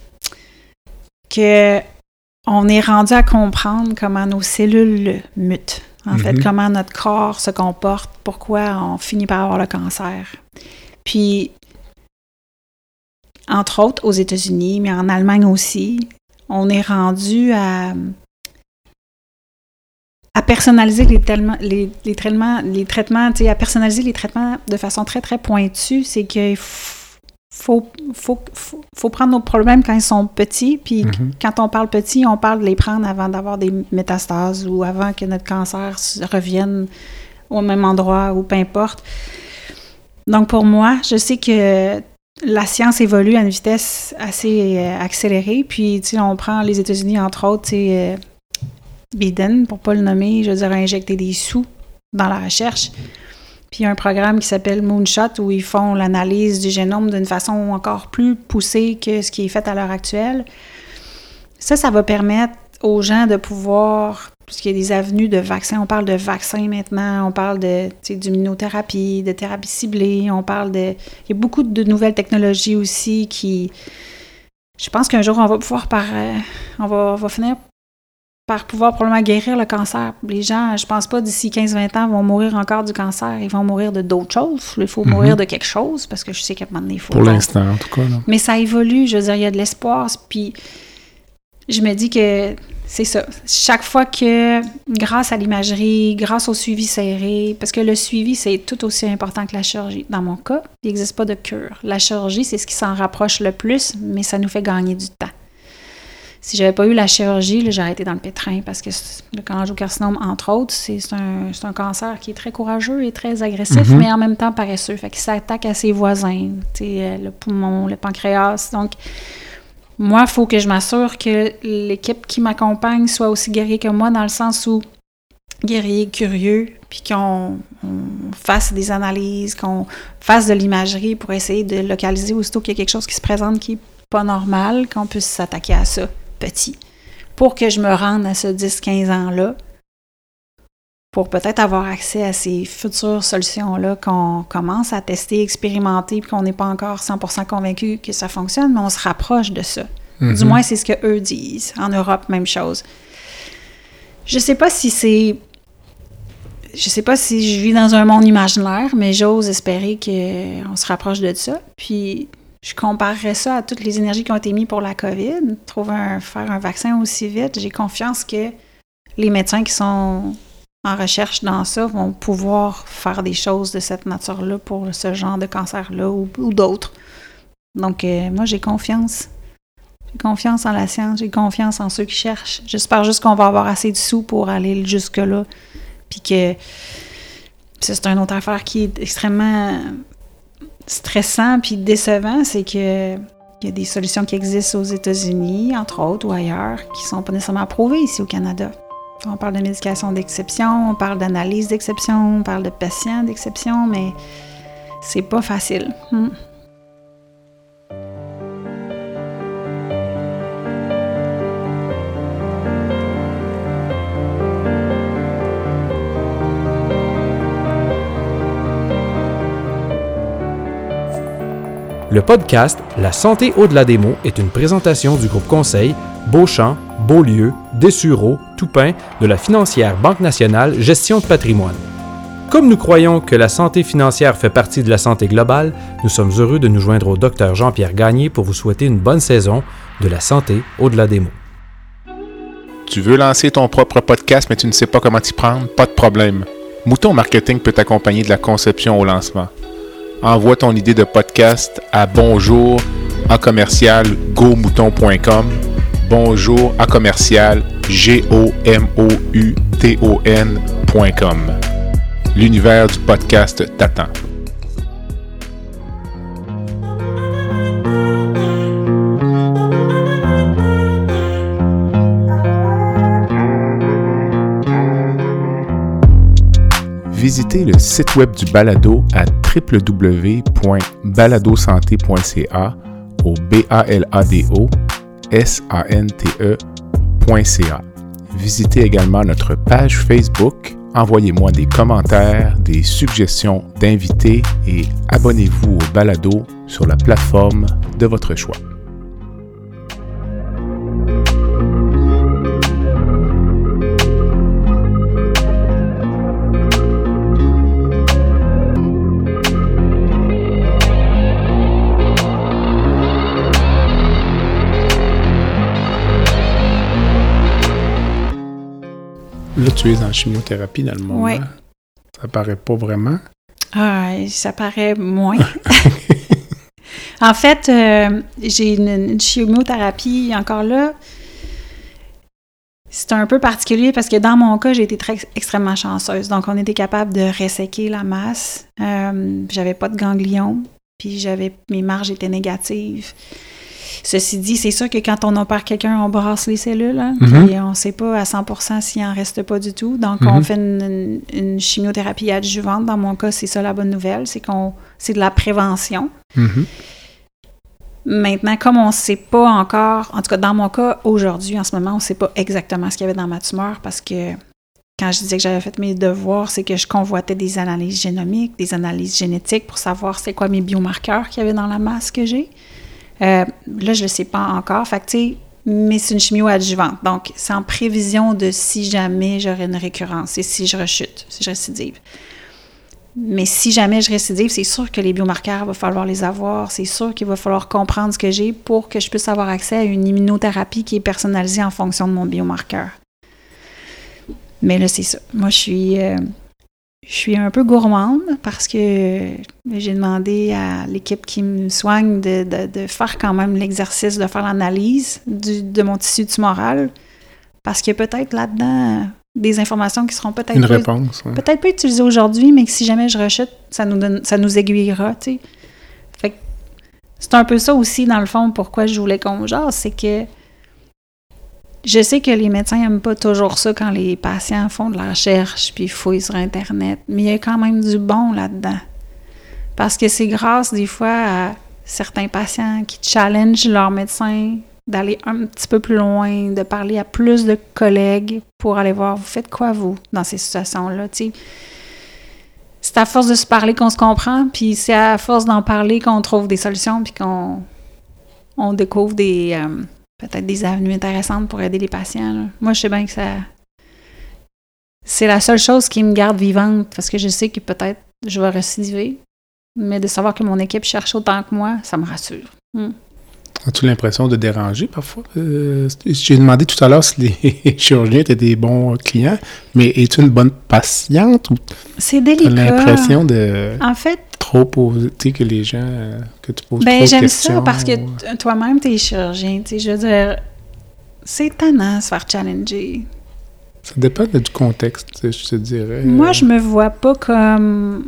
que on est rendu à comprendre comment nos cellules mutent. En fait, Mhm. comment notre corps se comporte, pourquoi on finit par avoir le cancer. Puis, entre autres, aux États-Unis, mais en Allemagne aussi, on est rendu à, à personnaliser les, tellement, les, les traitements, les traitements, tu sais, à personnaliser les traitements de façon très, très pointue. C'est qu'il f- faut, faut, faut, faut prendre nos problèmes quand ils sont petits, puis Mhm. quand on parle petit, on parle de les prendre avant d'avoir des métastases ou avant que notre cancer s- revienne au même endroit ou peu importe. Donc, pour moi, je sais que la science évolue à une vitesse assez euh, accélérée. Puis, tu sais, on prend les États-Unis, entre autres, tu sais, euh, Biden, pour pas le nommer, je veux dire, a injecté des sous dans la recherche. Puis, il y a un programme qui s'appelle Moonshot où ils font l'analyse du génome d'une façon encore plus poussée que ce qui est fait à l'heure actuelle. Ça, ça va permettre aux gens de pouvoir, puisqu'il y a des avenues de vaccins, on parle de vaccins maintenant, on parle de, tu sais, d'immunothérapie, de thérapie ciblée, on parle de... Il y a beaucoup de nouvelles technologies aussi qui... Je pense qu'un jour, on va pouvoir par... Euh, on, va, on va finir par pouvoir probablement guérir le cancer. Les gens, je pense pas, d'ici quinze vingt ans, vont mourir encore du cancer. Ils vont mourir de d'autres choses. Il faut mm-hmm. mourir de quelque chose, parce que je sais qu'à un moment donné, il faut... Pour l'instant, en tout cas. Là. Mais ça évolue, je veux dire, il y a de l'espoir, puis... Je me dis que c'est ça. Chaque fois que, grâce à l'imagerie, grâce au suivi serré, parce que le suivi, c'est tout aussi important que la chirurgie. Dans mon cas, il n'existe pas de cure. La chirurgie, c'est ce qui s'en rapproche le plus, mais ça nous fait gagner du temps. Si j'avais pas eu la chirurgie, là, j'aurais été dans le pétrin, parce que le cholangiocarcinome, entre autres, c'est, c'est, un, c'est un cancer qui est très courageux et très agressif, mm-hmm. mais en même temps paresseux. Fait qu'il s'attaque à ses voisins, le poumon, le pancréas. Donc, moi, il faut que je m'assure que l'équipe qui m'accompagne soit aussi guerrier que moi, dans le sens où guerrier, curieux, puis qu'on on fasse des analyses, qu'on fasse de l'imagerie pour essayer de localiser aussitôt qu'il y a quelque chose qui se présente qui n'est pas normal, qu'on puisse s'attaquer à ça petit, pour que je me rende à ce dix quinze ans-là, pour peut-être avoir accès à ces futures solutions-là qu'on commence à tester, expérimenter, puis qu'on n'est pas encore cent pour cent convaincu que ça fonctionne, mais on se rapproche de ça. Mm-hmm. Du moins, c'est ce qu'eux disent. En Europe, même chose. Je sais pas si c'est... Je sais pas si je vis dans un monde imaginaire, mais j'ose espérer qu'on se rapproche de ça. Puis, je comparerais ça à toutes les énergies qui ont été mises pour la COVID. Trouver un, faire un vaccin aussi vite. J'ai confiance que les médecins qui sont... en recherche dans ça, vont pouvoir faire des choses de cette nature-là pour ce genre de cancer-là ou, ou d'autres. Donc, euh, moi, j'ai confiance. J'ai confiance en la science, j'ai confiance en ceux qui cherchent. J'espère juste qu'on va avoir assez de sous pour aller jusque-là. Puis que ça, c'est une autre affaire qui est extrêmement stressant puis décevant, c'est que il y a des solutions qui existent aux États-Unis, entre autres, ou ailleurs, qui ne sont pas nécessairement approuvées ici au Canada. On parle de médication d'exception, on parle d'analyse d'exception, on parle de patients d'exception, mais c'est pas facile. Hmm. Le podcast La santé au-delà des mots est une présentation du groupe conseil Beauchamp, Beaulieu, Dessureau, Toupin de la financière Banque nationale Gestion de patrimoine. Comme nous croyons que la santé financière fait partie de la santé globale, nous sommes heureux de nous joindre au docteur Jean-Pierre Gagné pour vous souhaiter une bonne saison de la santé au-delà des mots. Tu veux lancer ton propre podcast mais tu ne sais pas comment t'y prendre? Pas de problème. Mouton Marketing peut t'accompagner de la conception au lancement. Envoie ton idée de podcast à bonjour à commercial go mouton point com. Bonjour à commercial G O M O U T O N point com. L'univers du podcast t'attend. Visitez le site web du balado à w w w point balado santé point c a au B A L A D O S A N T E point C A. Visitez également notre page Facebook, envoyez-moi des commentaires, des suggestions d'invités et abonnez-vous au balado sur la plateforme de votre choix. Là, tu es en chimiothérapie dans le moment. Oui. Ça paraît pas vraiment. Ah, ça paraît moins. En fait, euh, j'ai une, une chimiothérapie, encore là, c'est un peu particulier parce que dans mon cas, j'ai été très extrêmement chanceuse. Donc, on était capable de resséquer la masse. Euh, j'avais pas de ganglions. puis j'avais mes marges étaient négatives. Ceci dit, c'est sûr que quand on opère quelqu'un, on brasse les cellules, hein, Mm-hmm. puis on ne sait pas à cent pour cent s'il n'en reste pas du tout. Donc, Mm-hmm. on fait une, une, une chimiothérapie adjuvante. Dans mon cas, c'est ça la bonne nouvelle, c'est qu'on c'est de la prévention. Mm-hmm. Maintenant, comme on ne sait pas encore, en tout cas dans mon cas, aujourd'hui, en ce moment, on ne sait pas exactement ce qu'il y avait dans ma tumeur parce que quand je disais que j'avais fait mes devoirs, c'est que je convoitais des analyses génomiques, des analyses génétiques pour savoir c'est quoi mes biomarqueurs qu'il y avait dans la masse que j'ai. Euh, là, je ne le sais pas encore. Fait que, tu sais, mais c'est une chimio adjuvante. Donc, c'est en prévision de si jamais j'aurais une récurrence et si je rechute, si je récidive. Mais si jamais je récidive, c'est sûr que les biomarqueurs, il va falloir les avoir. C'est sûr qu'il va falloir comprendre ce que j'ai pour que je puisse avoir accès à une immunothérapie qui est personnalisée en fonction de mon biomarqueur. Mais là, c'est ça. Moi, je suis... Euh, Je suis un peu gourmande parce que j'ai demandé à l'équipe qui me soigne de, de, de faire quand même l'exercice de faire l'analyse du, de mon tissu tumoral parce qu'il y a peut-être là-dedans des informations qui seront peut-être Une pas, réponse. Ouais. peut-être pas utilisées aujourd'hui, mais que si jamais je rechute, ça nous, donne, ça nous aiguillera, tu sais. Fait que c'est un peu ça aussi, dans le fond, pourquoi je voulais qu'on jase, c'est que je sais que les médecins n'aiment pas toujours ça quand les patients font de la recherche puis fouillent sur Internet, mais il y a quand même du bon là-dedans. Parce que c'est grâce des fois à certains patients qui challengent leur médecin d'aller un petit peu plus loin, de parler à plus de collègues pour aller voir, vous faites quoi vous dans ces situations-là, tu sais. C'est à force de se parler qu'on se comprend, puis c'est à force d'en parler qu'on trouve des solutions puis qu'on on découvre des... Euh, peut-être des avenues intéressantes pour aider les patients. Là. Moi, je sais bien que ça... C'est la seule chose qui me garde vivante, parce que je sais que peut-être je vais récidiver, mais de savoir que mon équipe cherche autant que moi, ça me rassure. Mm. As-tu l'impression de déranger parfois? Euh, j'ai demandé tout à l'heure si les chirurgiens étaient des bons clients, mais es-tu une bonne patiente ou c'est délicat. T'as l'impression de... En fait... trop poser, tu sais, que les gens, euh, que tu poses ben, trop de questions. questions. Ben, j'aime ça parce que t- toi-même, t'es chirurgien, tu sais, je veux dire, c'est tannant de se faire challenger. Ça dépend du contexte, je te dirais. Moi, je me vois pas comme...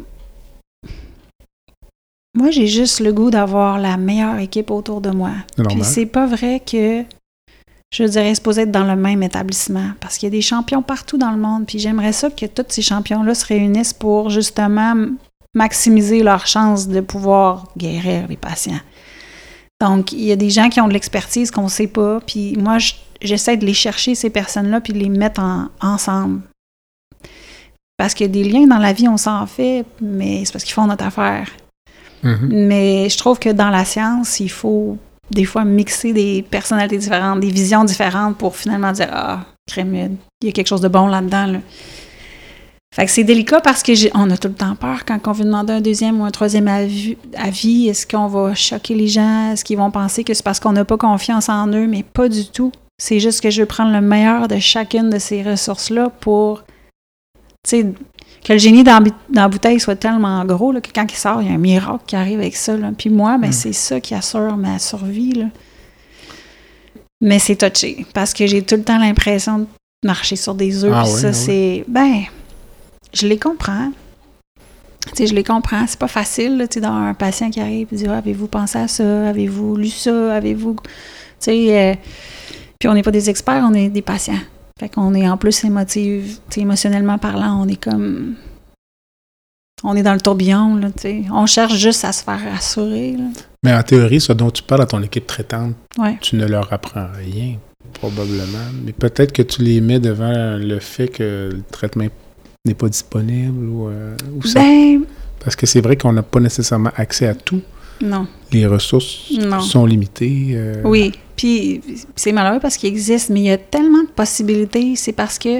Moi, j'ai juste le goût d'avoir la meilleure équipe autour de moi. Puis c'est pas vrai que, je dirais, supposé être dans le même établissement, parce qu'il y a des champions partout dans le monde, puis j'aimerais ça que tous ces champions-là se réunissent pour, justement... maximiser leurs chances de pouvoir guérir les patients. Donc, il y a des gens qui ont de l'expertise qu'on ne sait pas, puis moi, je, j'essaie de les chercher, ces personnes-là, puis de les mettre en, ensemble. Parce que des liens dans la vie, on s'en fait, mais c'est parce qu'ils font notre affaire. Mm-hmm. Mais je trouve que dans la science, il faut des fois mixer des personnalités différentes, des visions différentes pour finalement dire « Ah, crème, il y a quelque chose de bon là-dedans. » là. Fait que c'est délicat parce que j'ai, on a tout le temps peur quand on veut demander un deuxième ou un troisième avis, avis. Est-ce qu'on va choquer les gens? Est-ce qu'ils vont penser que c'est parce qu'on n'a pas confiance en eux? Mais pas du tout. C'est juste que je veux prendre le meilleur de chacune de ces ressources-là pour, tu sais, que le génie dans, dans la bouteille soit tellement gros là, que quand il sort, il y a un miracle qui arrive avec ça. Là. Puis moi, ben, mm. c'est ça qui assure ma survie. Là. Mais c'est touché parce que j'ai tout le temps l'impression de marcher sur des œufs. Ah puis oui, ça, ah c'est... Oui. Ben... Je les comprends. Tu sais, je les comprends. C'est pas facile, tu sais, d'avoir un patient qui arrive et dit ah, « Avez-vous pensé à ça? Avez-vous lu ça? Avez-vous... » Tu sais, euh... puis on n'est pas des experts, on est des patients. Fait qu'on est en plus émotif, tu sais, émotionnellement parlant, on est comme... On est dans le tourbillon, là, tu sais. On cherche juste à se faire rassurer, là. Mais en théorie, ce dont tu parles à ton équipe traitante, ouais. tu ne leur apprends rien, probablement. Mais peut-être que tu les mets devant le fait que le traitement n'est pas disponible ou, euh, ou ça. Ben, parce que c'est vrai qu'on n'a pas nécessairement accès à tout. Non. Les ressources non. sont limitées. Euh... Oui, puis c'est malheureux parce qu'il existe, mais il y a tellement de possibilités. C'est parce que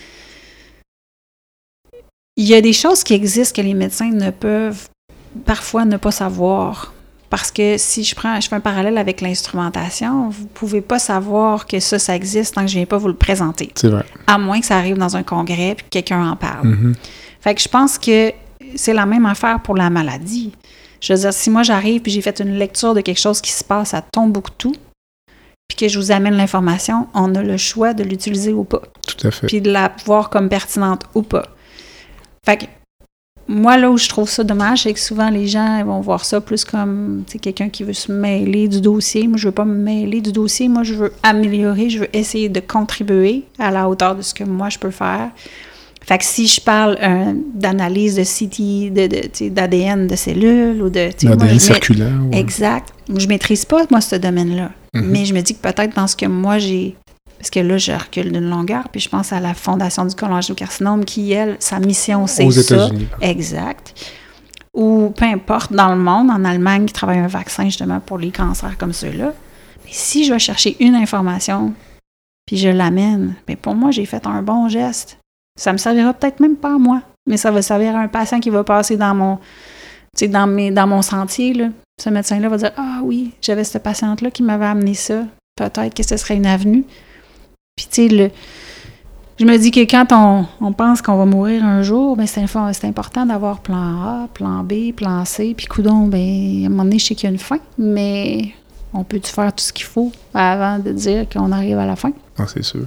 il y a des choses qui existent que les médecins ne peuvent parfois ne pas savoir. Parce que si je prends, je fais un parallèle avec l'instrumentation, vous ne pouvez pas savoir que ça, ça existe tant que je ne viens pas vous le présenter. C'est vrai. À moins que ça arrive dans un congrès et que quelqu'un en parle. Mm-hmm. Fait que je pense que c'est la même affaire pour la maladie. Je veux dire, si moi j'arrive et j'ai fait une lecture de quelque chose qui se passe à Tombouctou, puis que je vous amène l'information, on a le choix de l'utiliser ou pas. Tout à fait. Puis de la voir comme pertinente ou pas. Fait que moi, là où je trouve ça dommage, c'est que souvent, les gens vont voir ça plus comme, tu sais, quelqu'un qui veut se mêler du dossier. Moi, je veux pas me mêler du dossier. Moi, je veux améliorer, je veux essayer de contribuer à la hauteur de ce que moi, je peux faire. Fait que si je parle euh, d'analyse de C T, de, de, tu sais, d'A D N de cellules ou de... L'A D N circulaire. Ouais. Exact. Je maîtrise pas, moi, ce domaine-là. Mm-hmm. Mais je me dis que peut-être dans ce que moi, j'ai... Parce que là, je recule d'une longueur, puis je pense à la Fondation du cholangiocarcinome qui, elle, sa mission, c'est Aux ça. États-Unis. Exact. Ou peu importe, dans le monde, en Allemagne, qui travaille un vaccin justement pour les cancers comme ceux-là. Mais si je vais chercher une information, puis je l'amène, bien pour moi, j'ai fait un bon geste. Ça me servira peut-être même pas à moi, mais ça va servir à un patient qui va passer dans mon, tu sais, dans mes, dans mon sentier, là. Ce médecin-là va dire « Ah oui, j'avais cette patiente-là qui m'avait amené ça. Peut-être que ce serait une avenue. » Puis, tu sais, le... je me dis que quand on, on pense qu'on va mourir un jour, bien, c'est, c'est important d'avoir plan A, plan B, plan C, puis coudonc, bien, à un moment donné, je sais qu'il y a une fin, mais on peut-tu faire tout ce qu'il faut avant de dire qu'on arrive à la fin? Ah, c'est sûr.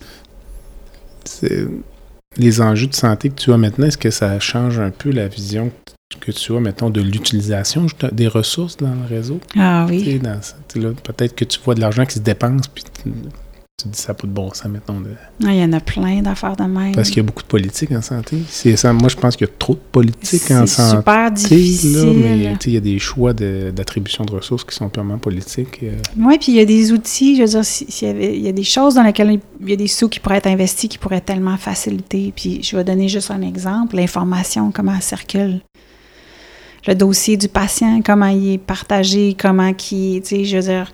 C'est... Les enjeux de santé que tu as maintenant, est-ce que ça change un peu la vision que tu as, mettons, de l'utilisation des ressources dans le réseau? Ah oui. Dans, là, peut-être que tu vois de l'argent qui se dépense, puis tu, tu dis ça n'a pas de bon sens, mettons. De... Ah, il y en a plein d'affaires de même. Parce qu'il y a beaucoup de politique en santé. C'est ça, moi, je pense qu'il y a trop de politique c'est en santé. C'est super difficile. Là, mais il y a des choix de, d'attribution de ressources qui sont purement politiques. Euh... Oui, puis il y a des outils, je veux dire, s'il y avait, il y a des choses dans lesquelles il y a des sous qui pourraient être investis, qui pourraient tellement faciliter. Puis je vais donner juste un exemple, l'information, comment elle circule. Le dossier du patient, comment il est partagé, comment qui, tu sais, je veux dire...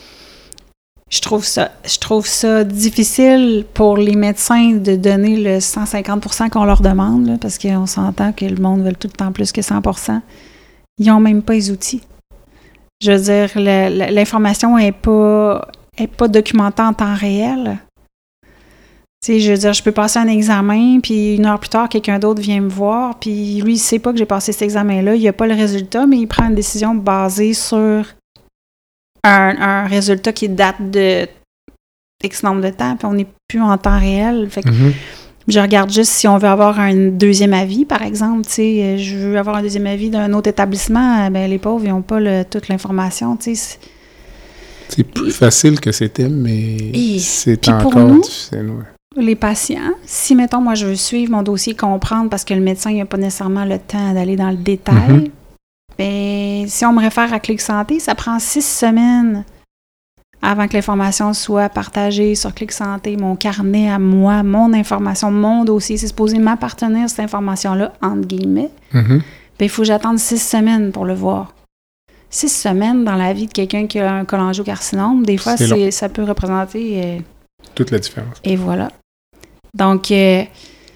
Je trouve ça, je trouve ça difficile pour les médecins de donner le cent cinquante pour cent qu'on leur demande, là, parce qu'on s'entend que le monde veut tout le temps plus que cent pour cent. Ils n'ont même pas les outils. Je veux dire, le, le, l'information n'est pas, est pas documentée en temps réel. Tu sais, je veux dire, je peux passer un examen, puis une heure plus tard, quelqu'un d'autre vient me voir, puis lui, il ne sait pas que j'ai passé cet examen-là, il n'a pas le résultat, mais il prend une décision basée sur... Un, un résultat qui date de X nombre de temps, puis on n'est plus en temps réel. Fait que mm-hmm. Je regarde juste si on veut avoir un deuxième avis, par exemple. Tu sais, je veux avoir un deuxième avis d'un autre établissement, ben les pauvres, ils n'ont pas le, toute l'information. Tu sais. C'est, c'est plus et, facile que c'était, mais et, c'est encore nous, difficile. Ouais. Les patients, si, mettons, moi, je veux suivre mon dossier, comprendre, parce que le médecin n'a pas nécessairement le temps d'aller dans le détail, mm-hmm. Bien, si on me réfère à Clic Santé, ça prend six semaines avant que l'information soit partagée sur Clic Santé, mon carnet à moi, mon information, mon dossier. C'est supposé m'appartenir, cette information-là, entre guillemets. Mm-hmm. Bien, il faut que j'attende six semaines pour le voir. Six semaines dans la vie de quelqu'un qui a un cholangiocarcinome, des fois, c'est c'est, ça peut représenter... Euh, toute la différence. Et voilà. Donc, euh,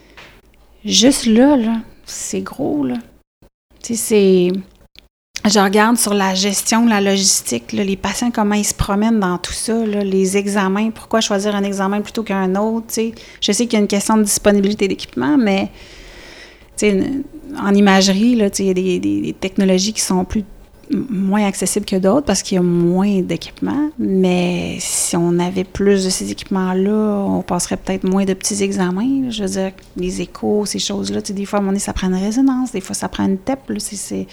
juste là, là, c'est gros, là. Tu sais, c'est... Je regarde sur la gestion, la logistique, là, les patients, comment ils se promènent dans tout ça, là, les examens, pourquoi choisir un examen plutôt qu'un autre, tu sais. Je sais qu'il y a une question de disponibilité d'équipement, mais tu sais, en imagerie, là, tu sais, il y a des, des, des technologies qui sont plus moins accessibles que d'autres parce qu'il y a moins d'équipements, mais si on avait plus de ces équipements-là, on passerait peut-être moins de petits examens, je veux dire, les échos, ces choses-là, tu sais, des fois, à un moment donné, ça prend une résonance, des fois, ça prend une T E P, là, c'est... c'est...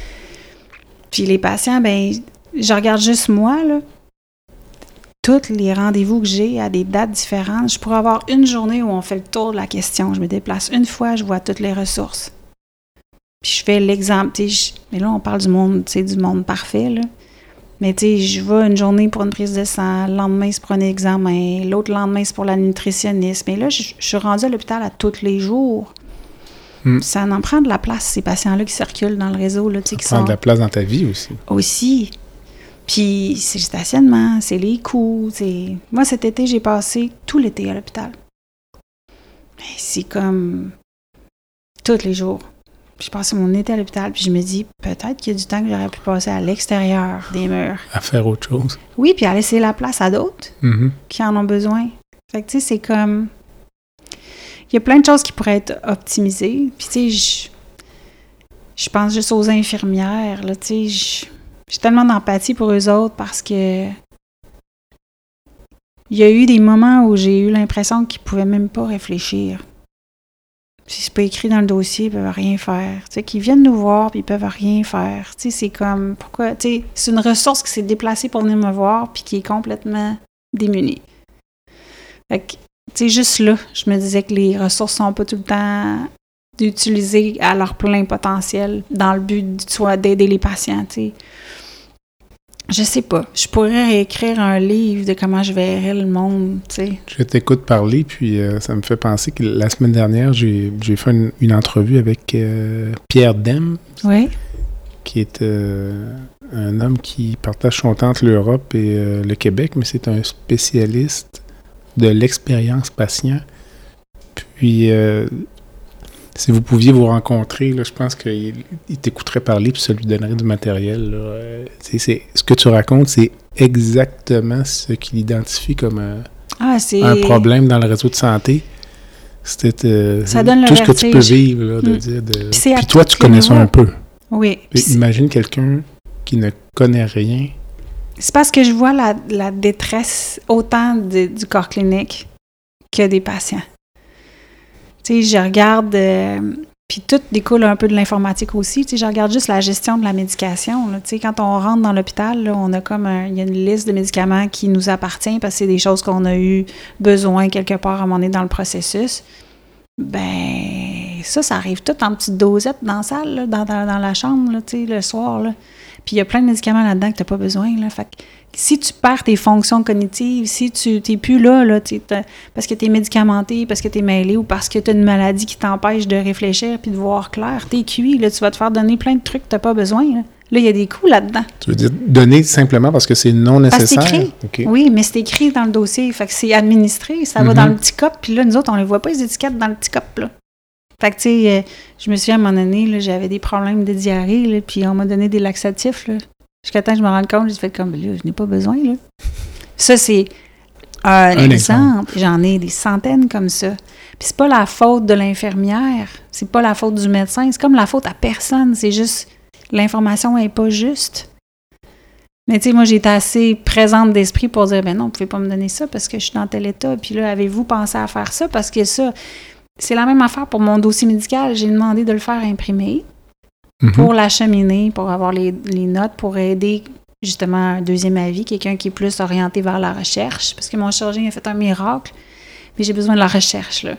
Puis les patients, bien, je regarde juste moi, là. Tous les rendez-vous que j'ai à des dates différentes, je pourrais avoir une journée où on fait le tour de la question. Je me déplace une fois, je vois toutes les ressources. Puis je fais l'exemple, tu sais, mais là, on parle du monde, tu sais, du monde parfait, là. Mais tu sais, je vais une journée pour une prise de sang, le lendemain, c'est pour un examen, l'autre lendemain, c'est pour la nutritionniste. Mais là, je, je suis rendue à l'hôpital à tous les jours. Hmm. Ça en prend de la place, ces patients-là qui circulent dans le réseau. Là, ça qui prend sont... de la place dans ta vie aussi. Aussi. Puis c'est le stationnement, c'est les coûts. C'est... Moi, cet été, j'ai passé tout l'été à l'hôpital. Mais c'est comme tous les jours. Puis je passais mon été à l'hôpital, puis je me dis, peut-être qu'il y a du temps que j'aurais pu passer à l'extérieur des murs. À faire autre chose. Oui, puis à laisser la place à d'autres mm-hmm. qui en ont besoin. Fait que tu sais, c'est comme... Il y a plein de choses qui pourraient être optimisées. Puis, tu sais, je, je pense juste aux infirmières, là, tu sais, j'ai tellement d'empathie pour eux autres parce que il y a eu des moments où j'ai eu l'impression qu'ils pouvaient même pas réfléchir. puis c'est pas écrit dans le dossier, ils peuvent rien faire. Tu sais, qu'ils viennent nous voir, puis ils peuvent rien faire. Tu sais, c'est comme, pourquoi, tu sais, c'est une ressource qui s'est déplacée pour venir me voir, puis qui est complètement démunie. Fait que, tu sais, juste là, je me disais que les ressources sont pas tout le temps d'utiliser à leur plein potentiel dans le but soit d'aider les patients, tu sais. Je sais pas. Je pourrais réécrire un livre de comment je verrais le monde, tu sais. Je t'écoute parler, puis euh, ça me fait penser que la semaine dernière, j'ai, j'ai fait une, une entrevue avec euh, Pierre Demme, oui. qui est euh, un homme qui partage son temps entre l'Europe et euh, le Québec, mais c'est un spécialiste de l'expérience patient. Puis, euh, si vous pouviez vous rencontrer, là, je pense qu'il il t'écouterait parler puis ça lui donnerait du matériel. Là. Euh, c'est, c'est, ce que tu racontes, c'est exactement ce qu'il identifie comme un, ah, c'est... un problème dans le réseau de santé. C'était euh, ça donne tout le ce que tu peux vertige. vivre. Là, de mm. dire de... Puis, puis toi, tu connais ça un peu. Oui. Imagine quelqu'un qui ne connaît rien. C'est parce que je vois la, la détresse autant de, du corps clinique que des patients. Tu sais, je regarde, euh, puis tout découle un peu de l'informatique aussi. Tu sais, je regarde juste la gestion de la médication. Là. Tu sais, quand on rentre dans l'hôpital, là, on a comme un, il y a une liste de médicaments qui nous appartient parce que c'est des choses qu'on a eu besoin quelque part à un moment donné dans le processus. Ben, ça, ça arrive tout en petites dosettes dans la salle, là, dans, dans, dans la chambre, là, tu sais, le soir, là. Puis il y a plein de médicaments là-dedans que tu n'as pas besoin. Là. Fait que si tu perds tes fonctions cognitives, si tu n'es plus là, là parce que tu es médicamenté, parce que tu es mêlé ou parce que tu as une maladie qui t'empêche de réfléchir puis de voir clair, tu es cuit, là, tu vas te faire donner plein de trucs que tu n'as pas besoin. Là, il y a des coûts là-dedans. Tu veux dire donner simplement parce que c'est non nécessaire? Parce que c'est écrit. Okay. Oui, mais c'est écrit dans le dossier. Fait que c'est administré, ça mm-hmm. va dans le petit cop. Puis là, nous autres, on ne les voit pas, les étiquettes dans le petit cop, là. Fait que, tu sais, euh, je me souviens, à un moment donné, là, j'avais des problèmes de diarrhée, là, puis on m'a donné des laxatifs, là. Jusqu'à temps que je me rende compte, j'ai fait comme, là, je n'ai pas besoin, là. Ça, c'est un, un exemple. exemple. J'en ai des centaines comme ça. Puis c'est pas la faute de l'infirmière, c'est pas la faute du médecin, c'est comme la faute à personne. C'est juste, l'information n'est pas juste. Mais tu sais, moi, j'étais assez présente d'esprit pour dire, ben non, vous pouvez pas me donner ça parce que je suis dans tel état. Puis là, avez-vous pensé à faire ça? Parce que ça... C'est la même affaire pour mon dossier médical. J'ai demandé de le faire imprimer mm-hmm. pour l'acheminer, pour avoir les, les notes, pour aider justement un deuxième avis, quelqu'un qui est plus orienté vers la recherche, parce que mon chirurgien a fait un miracle, mais j'ai besoin de la recherche. Là.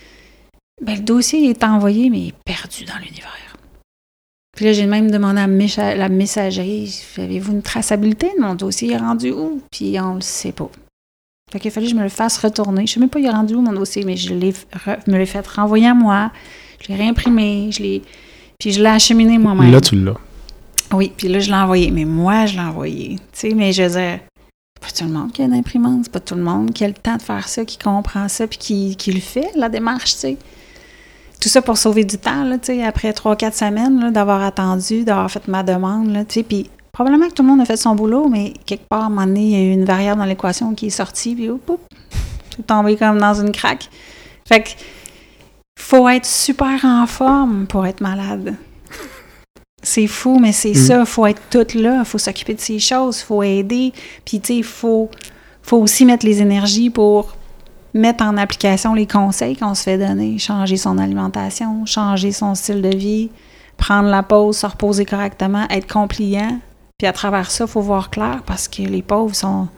Ben, le dossier est envoyé, mais il est perdu dans l'univers. Puis là, j'ai même demandé à mécha- la messagerie, avez-vous une traçabilité de mon dossier? Il est rendu où? Puis on le sait pas. Fait qu'il a fallu que je me le fasse retourner. Je sais même pas il est rendu où mon dossier, mais je l'ai re- me l'ai fait renvoyer à moi. Je l'ai réimprimé, je l'ai... puis je l'ai acheminé moi-même. Là, tu l'as. Oui, puis là, je l'ai envoyé. Mais moi, je l'ai envoyé. Tu sais, mais je veux dire, c'est pas tout le monde qui a une imprimante, c'est pas tout le monde qui a le temps de faire ça, qui comprend ça, puis qui, qui le fait, la démarche, tu sais. Tout ça pour sauver du temps, là, tu sais, après trois, quatre semaines, là, d'avoir attendu, d'avoir fait ma demande, là, tu sais, puis... Probablement que tout le monde a fait son boulot, mais quelque part, à un moment donné, il y a eu une variable dans l'équation qui est sortie, puis hop, hop, c'est tombé comme dans une craque. Fait que, faut être super en forme pour être malade. C'est fou, mais c'est mmh. ça, faut être toute là, faut s'occuper de ces choses, faut aider, puis tu sais, faut, faut aussi mettre les énergies pour mettre en application les conseils qu'on se fait donner, changer son alimentation, changer son style de vie, prendre la pause, se reposer correctement, être compliant. Puis à travers ça, il faut voir clair parce que les pauvres sont...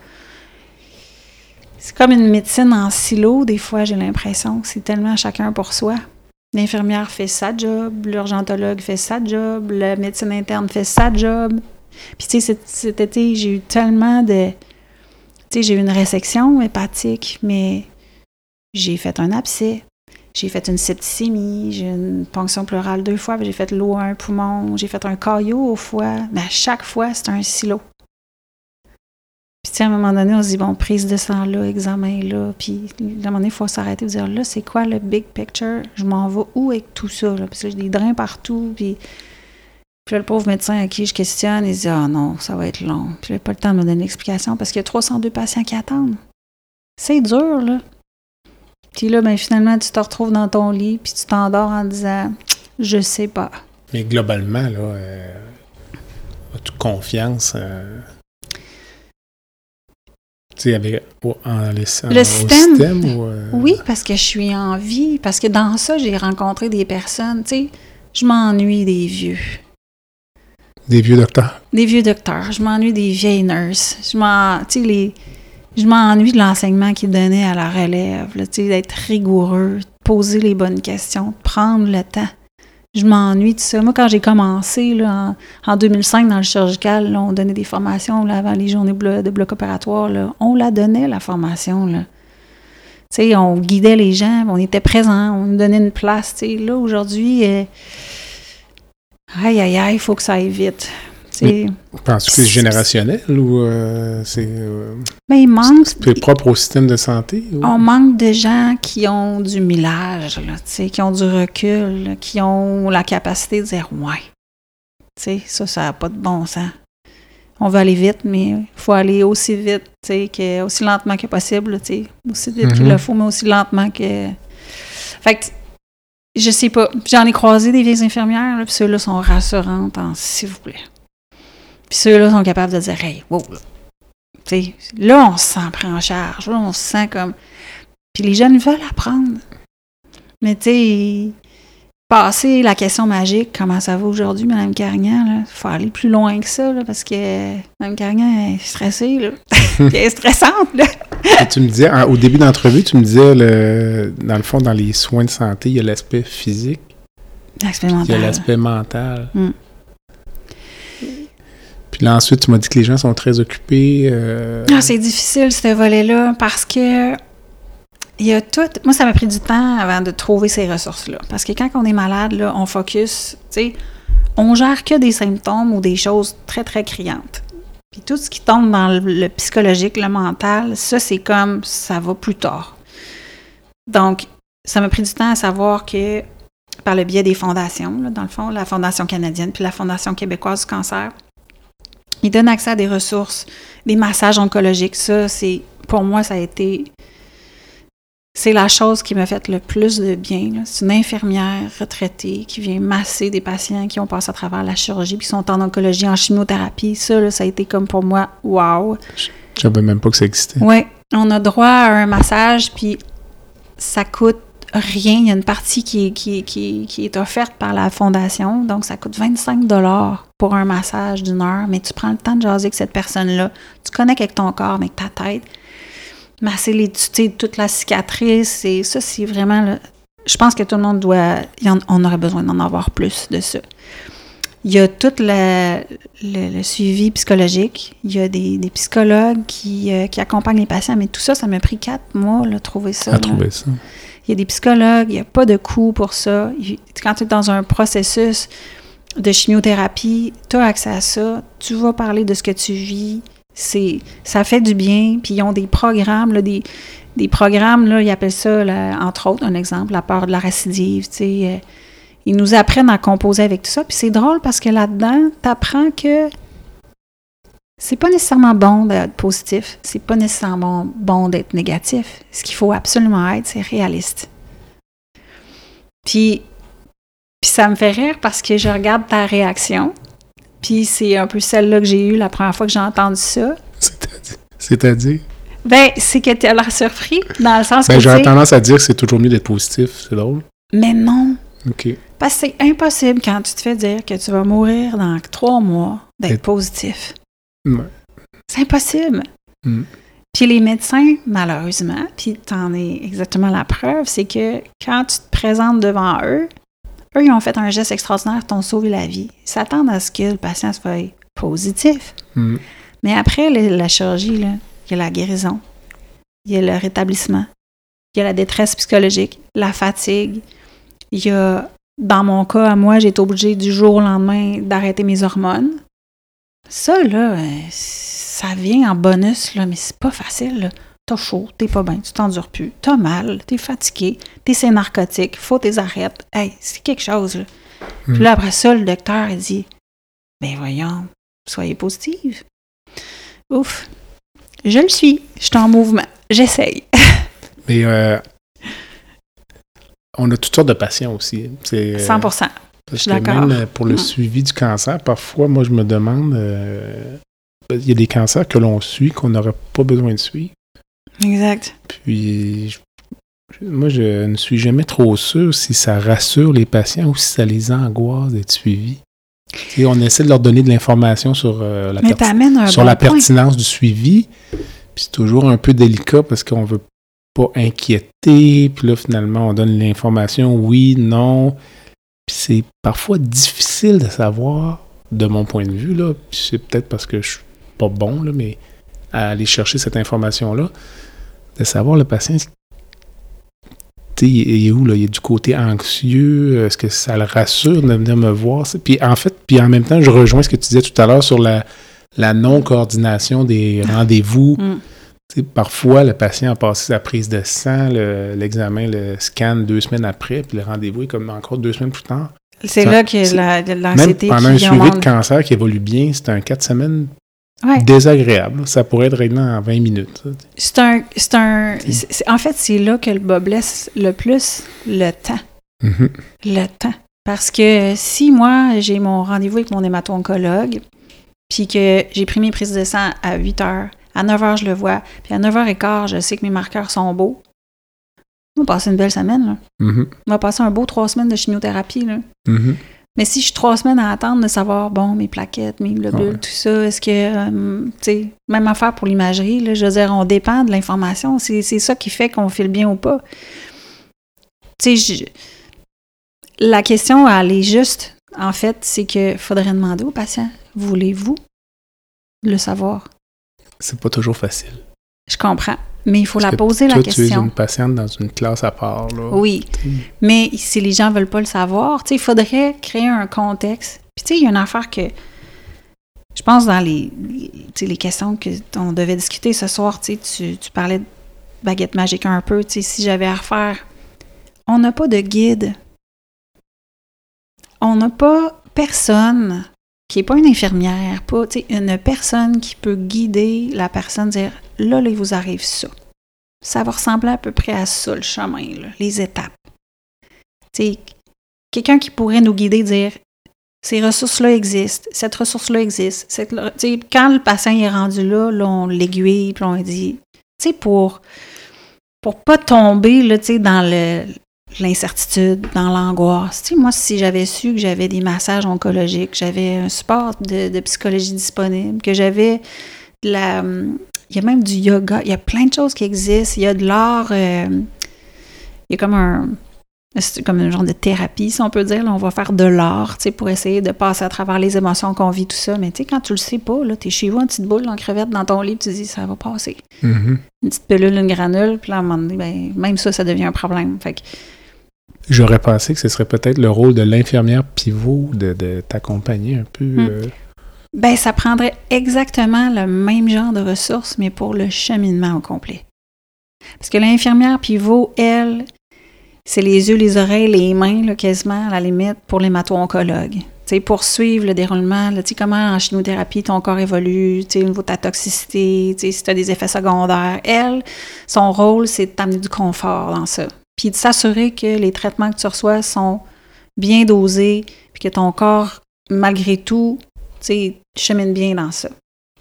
C'est comme une médecine en silo, des fois, j'ai l'impression. C'est tellement chacun pour soi. L'infirmière fait sa job, l'urgentologue fait sa job, la médecine interne fait sa job. Puis tu sais, cet, cet été, j'ai eu tellement de... Tu sais, j'ai eu une résection hépatique, mais j'ai fait un abcès. J'ai fait une septicémie, j'ai une ponction pleurale deux fois, j'ai fait l'eau à un poumon, j'ai fait un caillot au foie, mais à chaque fois, c'est un silo. Puis, tu sais, à un moment donné, on se dit, bon, prise de sang là, examen là, puis à un moment donné, il faut s'arrêter et dire, là, c'est quoi le big picture? Je m'en vais où avec tout ça? Là? Parce que j'ai des drains partout, puis... Puis là, le pauvre médecin à qui je questionne, il dit, ah non, ça va être long. Puis il n'a pas le temps de me donner une explication parce qu'il y a trois cent deux patients qui attendent. C'est dur, là. Puis là, ben, finalement, tu te retrouves dans ton lit, puis tu t'endors en disant « Je sais pas ». Mais globalement, là, euh, as-tu confiance? Euh... Tu sais, avec, en laissant Le au système, système ou, euh... oui, parce que je suis en vie, parce que dans ça, j'ai rencontré des personnes, tu sais, je m'ennuie des vieux. Des vieux docteurs. Des vieux docteurs, je m'ennuie des vieilles nurses, je m'en, tu sais, les, je m'ennuie de l'enseignement qu'ils donnaient à la relève, là, tu sais, d'être rigoureux, de poser les bonnes questions, de prendre le temps. Je m'ennuie de ça. Moi, quand j'ai commencé là, en, en deux mille cinq dans le chirurgical, là, on donnait des formations là, avant les journées blo- de bloc opératoire. Là, on la donnait, la formation. Là. Tu sais, on guidait les gens, on était présents, on nous donnait une place. Tu sais, là, aujourd'hui, euh, aïe, aïe, aïe, il faut que ça aille vite. Penses-tu que c'est générationnel ou euh, c'est, euh, mais il manque, c'est propre au système de santé? Ou? On manque de gens qui ont du millage, là, qui ont du recul, là, qui ont la capacité de dire « ouais ». Ça, ça n'a pas de bon sens. On veut aller vite, mais il faut aller aussi vite, que, aussi lentement que possible. Aussi vite mm-hmm. qu'il le faut, mais aussi lentement que... Fait que, je sais pas. J'en ai croisé des vieilles infirmières, là, puis ceux-là sont rassurantes en « s'il vous plaît ». Puis ceux-là sont capables de dire « Hey, wow! » T'sais, là, on se sent pris en charge. Là, on se sent comme... Puis les jeunes veulent apprendre. Mais tu sais, passer la question magique, comment ça va aujourd'hui, Mme Carignan, il faut aller plus loin que ça, là, parce que Mme Carignan est stressée, là. Elle est stressante, là. Et tu me disais, au début d'entrevue, tu me disais, le, dans le fond, dans les soins de santé, il y a l'aspect physique. L'aspect mental. Il y a l'aspect mental. Mm. Puis là, ensuite, tu m'as dit que les gens sont très occupés. Euh... Ah, c'est difficile, ce volet-là, parce que il y a tout... Moi, ça m'a pris du temps avant de trouver ces ressources-là. Parce que quand on est malade, là, on focus, tu sais, on gère que des symptômes ou des choses très, très criantes. Puis tout ce qui tombe dans le, le psychologique, le mental, ça, c'est comme, ça va plus tard. Donc, ça m'a pris du temps à savoir que, par le biais des fondations, là, dans le fond, la Fondation canadienne puis la Fondation québécoise du cancer, ils donnent accès à des ressources, des massages oncologiques. Ça, c'est, pour moi, ça a été... C'est la chose qui m'a fait le plus de bien. Là. C'est une infirmière retraitée qui vient masser des patients qui ont passé à travers la chirurgie puis qui sont en oncologie, en chimiothérapie. Ça, là, ça a été comme pour moi, wow! Je savais même pas que ça existait. Oui, on a droit à un massage, puis ça coûte rien. Il y a une partie qui est, qui, qui, qui est offerte par la Fondation, donc ça coûte vingt-cinq dollars pour un massage d'une heure, mais tu prends le temps de jaser avec cette personne-là. Tu connectes avec ton corps, avec ta tête. Masser les, tu sais, toute la cicatrice, et ça, c'est vraiment... Là, je pense que tout le monde doit... En, on aurait besoin d'en avoir plus de ça. Il y a tout le, le, le suivi psychologique. Il y a des, des psychologues qui, euh, qui accompagnent les patients, mais tout ça, ça m'a pris quatre mois, là, trouver ça. À trouver ça. Il y a des psychologues, il n'y a pas de coût pour ça. Quand tu es dans un processus de chimiothérapie, tu as accès à ça, tu vas parler de ce que tu vis. C'est, ça fait du bien, puis ils ont des programmes, là, des, des programmes, là, ils appellent ça, là, entre autres, un exemple, la peur de la récidive, tu sais, euh, ils nous apprennent à composer avec tout ça, puis c'est drôle parce que là-dedans, tu apprends que c'est pas nécessairement bon d'être positif, c'est pas nécessairement bon, bon d'être négatif, ce qu'il faut absolument être, c'est réaliste. Puis, puis ça me fait rire parce que je regarde ta réaction, puis c'est un peu celle-là que j'ai eue la première fois que j'ai entendu ça. C'est-à-dire? C'est-à-dire? Ben, c'est que tu as l'air surpris, dans le sens ben, que, j'aurais tendance à dire que c'est toujours mieux d'être positif, c'est drôle. Mais non. OK. Parce que c'est impossible quand tu te fais dire que tu vas mourir dans trois mois d'être Et... positif. Ouais. C'est impossible. Mm. Puis les médecins, malheureusement, puis t'en es exactement la preuve, c'est que quand tu te présentes devant eux, eux, ils ont fait un geste extraordinaire, t'ont sauvé la vie. Ils s'attendent à ce que le patient soit positif. Mm. Mais après le, la chirurgie, là, il y a la guérison, il y a le rétablissement, il y a la détresse psychologique, la fatigue. Il y a, dans mon cas, à moi, j'ai été obligée du jour au lendemain d'arrêter mes hormones. Ça, là, ça vient en bonus, là, mais c'est pas facile, là. T'as chaud, t'es pas bien, tu t'endures plus, t'as mal, t'es fatigué, t'es ces narcotiques, faut t'es arrêtes. Hey, c'est quelque chose, là. Mm. Puis là, après ça, le docteur, il dit, ben voyons, soyez positive. Ouf. Je le suis, je suis en mouvement, j'essaye. Mais euh, on a toutes sortes de patients aussi. C'est, cent pour cent. Parce je suis que d'accord. Même pour le mmh. suivi du cancer, parfois, moi, je me demande, euh, il y a des cancers que l'on suit, qu'on n'aurait pas besoin de suivre. Exact. Puis, je, moi, je ne suis jamais trop sûr si ça rassure les patients ou si ça les angoisse d'être suivis. T'sais, on essaie de leur donner de l'information sur, euh, la, perti- sur bon la pertinence du suivi. Puis c'est toujours un peu délicat parce qu'on veut pas inquiéter. Puis là, finalement, on donne l'information oui, non. Puis c'est parfois difficile de savoir, de mon point de vue, là. Puis c'est peut-être parce que je suis pas bon, là, mais à aller chercher cette information-là, de savoir le patient, tu sais, il est où, là? Il est du côté anxieux. Est-ce que ça le rassure de venir me voir? Puis en fait, puis en même temps, je rejoins ce que tu disais tout à l'heure sur la, la non-coordination des rendez-vous. Mm. Tu sais, parfois, le patient a passé sa prise de sang, le, l'examen, le scan deux semaines après, puis le rendez-vous est comme encore deux semaines plus tard. C'est ça, là que c'est, la, l'anxiété... Même pendant un suivi de cancer qui évolue bien, c'est un quatre semaines ouais. désagréable. Ça pourrait être réglé en vingt minutes. Ça. C'est un... C'est un c'est, c'est, en fait, c'est là que le bas blesse le plus, le temps. Mm-hmm. Le temps. Parce que si moi, j'ai mon rendez-vous avec mon hémato-oncologue, puis que j'ai pris mes prises de sang à huit heures, à neuf heures, je le vois, puis à neuf heures quinze, je sais que mes marqueurs sont beaux, on va passer une belle semaine, là. Mm-hmm. On va passer un beau trois semaines de chimiothérapie, là. Mm-hmm. Mais si je suis trois semaines à attendre de savoir, bon, mes plaquettes, mes globules, ouais. tout ça, est-ce que, euh, tu sais, même affaire pour l'imagerie, là, je veux dire, on dépend de l'information. C'est, c'est ça qui fait qu'on file bien ou pas. Tu sais, la question, elle est juste, en fait, c'est qu'il faudrait demander aux patients, voulez-vous le savoir? C'est pas toujours facile. Je comprends. Mais il faut Parce la poser, toi, la question. Tu es une patiente dans une classe à part, là. Oui. Mmh. Mais si les gens veulent pas le savoir, tu sais, il faudrait créer un contexte. Puis, tu sais, il y a une affaire que je pense dans les, les, les questions qu'on devait discuter ce soir, tu sais, tu parlais de baguette magique un peu, tu sais, si j'avais à refaire, on n'a pas de guide. On n'a pas personne qui n'est pas une infirmière, pas une personne qui peut guider la personne, dire « là, là, il vous arrive ça ». Ça va ressembler à peu près à ça, le chemin, là, les étapes. T'sais, quelqu'un qui pourrait nous guider, dire « ces ressources-là existent, cette ressource-là existe ». Cette, quand le patient est rendu là, là on l'aiguille, puis on dit « tu sais, pour pour pas tomber là, dans le... l'incertitude, dans l'angoisse. Tu sais, moi, si j'avais su que j'avais des massages oncologiques, j'avais un support de, de psychologie disponible, que j'avais de la... Il y a même du yoga, il y a plein de choses qui existent. Il y a de l'art... Euh, il y a comme un... C'est comme un genre de thérapie, si on peut dire. Là, on va faire de l'art, tu sais, pour essayer de passer à travers les émotions qu'on vit, tout ça. Mais tu sais, quand tu le sais pas, là, t'es chez vous, une petite boule en crevette dans ton lit, tu te dis, ça va passer. Mm-hmm. Une petite pilule, une granule, puis là, à un moment donné, ben, même ça, ça devient un problème. Fait que j'aurais pensé que ce serait peut-être le rôle de l'infirmière pivot de, de t'accompagner un peu. Hum. Euh... Ben, ça prendrait exactement le même genre de ressources, mais pour le cheminement au complet. Parce que l'infirmière pivot, elle, c'est les yeux, les oreilles, les mains, là, quasiment, à la limite, pour l'hémato-oncologue. Tu sais, pour suivre le déroulement, tu sais, comment en chimiothérapie ton corps évolue, tu sais, au niveau de ta toxicité, tu sais, si tu as des effets secondaires. Elle, son rôle, c'est de t'amener du confort dans ça. Puis de s'assurer que les traitements que tu reçois sont bien dosés, puis que ton corps, malgré tout, tu sais, chemine bien dans ça.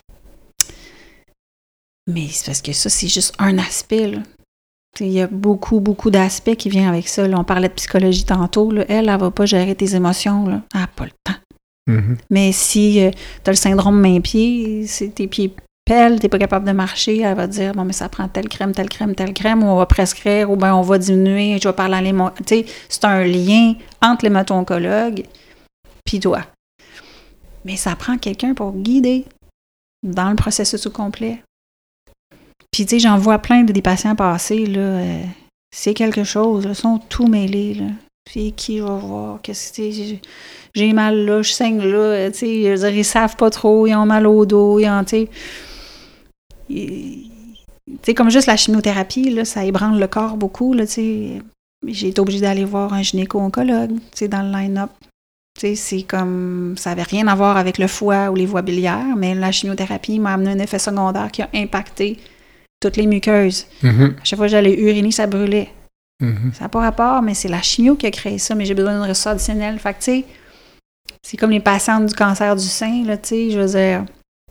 Mais c'est parce que ça, c'est juste un aspect, là. Il y a beaucoup, beaucoup d'aspects qui viennent avec ça. Là, on parlait de psychologie tantôt. Là. Elle, elle ne va pas gérer tes émotions. Là. Elle n'a pas le temps. Mm-hmm. Mais si euh, tu as le syndrome main-pied, c'est tes pieds pèlent, tu n'es pas capable de marcher, elle va te dire, bon, mais ça prend telle crème, telle crème, telle crème, ou on va prescrire, ou bien on va diminuer, je vais parler à l'émo... Tu sais, c'est un lien entre l'hémato-oncologue puis toi. Mais ça prend quelqu'un pour guider dans le processus au complet. Puis, tu sais, j'en vois plein de des patients passer, là, euh, c'est quelque chose, là, ils sont tout mêlés, là. Puis, qui va voir, qu'est-ce que c'est, j'ai mal là, je saigne là, tu sais, je veux dire, ils savent pas trop, ils ont mal au dos, ils ont, tu sais, tu sais, comme juste la chimiothérapie, là, ça ébranle le corps beaucoup, là, tu sais, j'ai été obligée d'aller voir un gynéco-oncologue, tu sais, dans le line-up. Tu sais, c'est comme, ça avait rien à voir avec le foie ou les voies biliaires, mais la chimiothérapie m'a amené un effet secondaire qui a impacté toutes les muqueuses. Mm-hmm. À chaque fois que j'allais uriner, ça brûlait. Mm-hmm. Ça n'a pas rapport, mais c'est la chimio qui a créé ça, mais j'ai besoin d'une ressource additionnelle. Fait que, tu sais, c'est comme les patientes du cancer du sein, là, tu sais, je veux dire,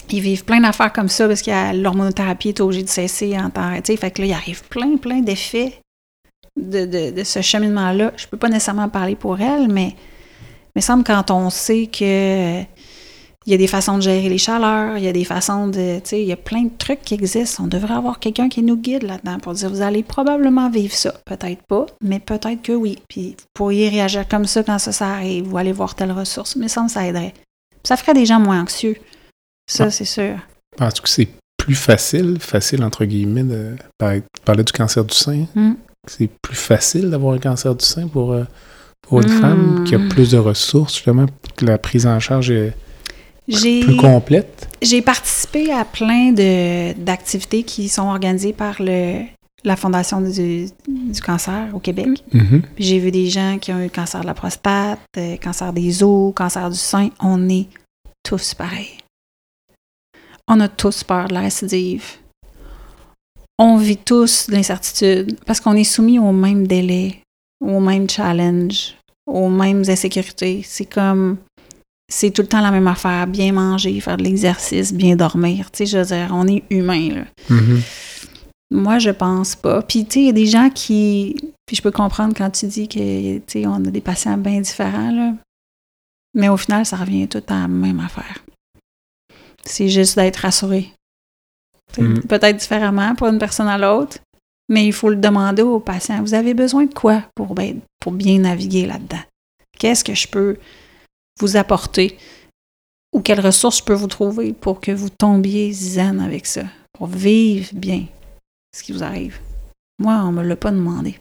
ils vivent plein d'affaires comme ça parce que l'hormonothérapie est obligée de cesser en temps. Tu sais, fait que là, il arrive plein, plein d'effets de, de, de ce cheminement-là. Je peux pas nécessairement parler pour elle, mais il me semble quand on sait que il y a des façons de gérer les chaleurs, il y a des façons de... Tu sais, il y a plein de trucs qui existent. On devrait avoir quelqu'un qui nous guide là-dedans pour dire, vous allez probablement vivre ça. Peut-être pas, mais peut-être que oui. Puis vous pourriez réagir comme ça quand ça, ça arrive, ou aller voir telle ressource. Mais ça, ça aiderait. Puis ça ferait des gens moins anxieux. Ça, ah. c'est sûr. Penses-tu que c'est plus facile, facile entre guillemets, de parler du cancer du sein? Mm. C'est plus facile d'avoir un cancer du sein pour, pour une mm. femme qui a plus de ressources, justement, que la prise en charge est... J'ai, plus complète? J'ai participé à plein de, d'activités qui sont organisées par le, la Fondation du, du cancer au Québec. Mm-hmm. Puis j'ai vu des gens qui ont eu le cancer de la prostate, le cancer des os, cancer du sein. On est tous pareils. On a tous peur de la récidive. On vit tous de l'incertitude parce qu'on est soumis aux mêmes délais, aux mêmes challenges, aux mêmes insécurités. C'est comme... C'est tout le temps la même affaire, bien manger, faire de l'exercice, bien dormir. Tu sais, je veux dire, on est humain, là. Mm-hmm. Moi, je pense pas. Puis, tu sais, il y a des gens qui... Puis je peux comprendre quand tu dis que, tu sais, on a des patients bien différents, là. Mais au final, ça revient tout à la même affaire. C'est juste d'être rassuré. Mm-hmm. Peut-être différemment pour une personne à l'autre, mais il faut le demander aux patients. Vous avez besoin de quoi pour, ben, pour bien naviguer là-dedans? Qu'est-ce que je peux... vous apporter ou quelles ressources je peux vous trouver pour que vous tombiez zen avec ça, pour vivre bien ce qui vous arrive. Moi, on me l'a pas demandé.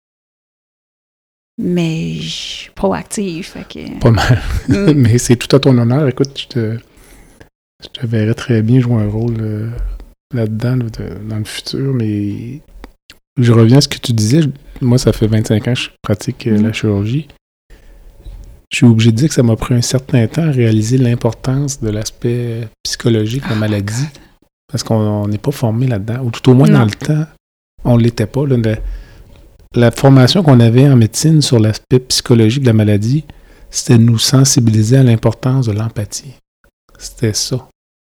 Mais je suis proactive. Fait que... Pas mal. Mm. Mais c'est tout à ton honneur. Écoute, je te, je te verrais très bien jouer un rôle euh, là-dedans, là, de, dans le futur, mais je reviens à ce que tu disais. Moi, ça fait vingt-cinq ans que je pratique mm. la chirurgie. Je suis obligé de dire que ça m'a pris un certain temps à réaliser l'importance de l'aspect psychologique de la maladie. God. Parce qu'on n'est pas formé là-dedans. Ou tout au moins, non. Dans le temps, on ne l'était pas. Là. La, la formation qu'on avait en médecine sur l'aspect psychologique de la maladie, c'était de nous sensibiliser à l'importance de l'empathie. C'était ça.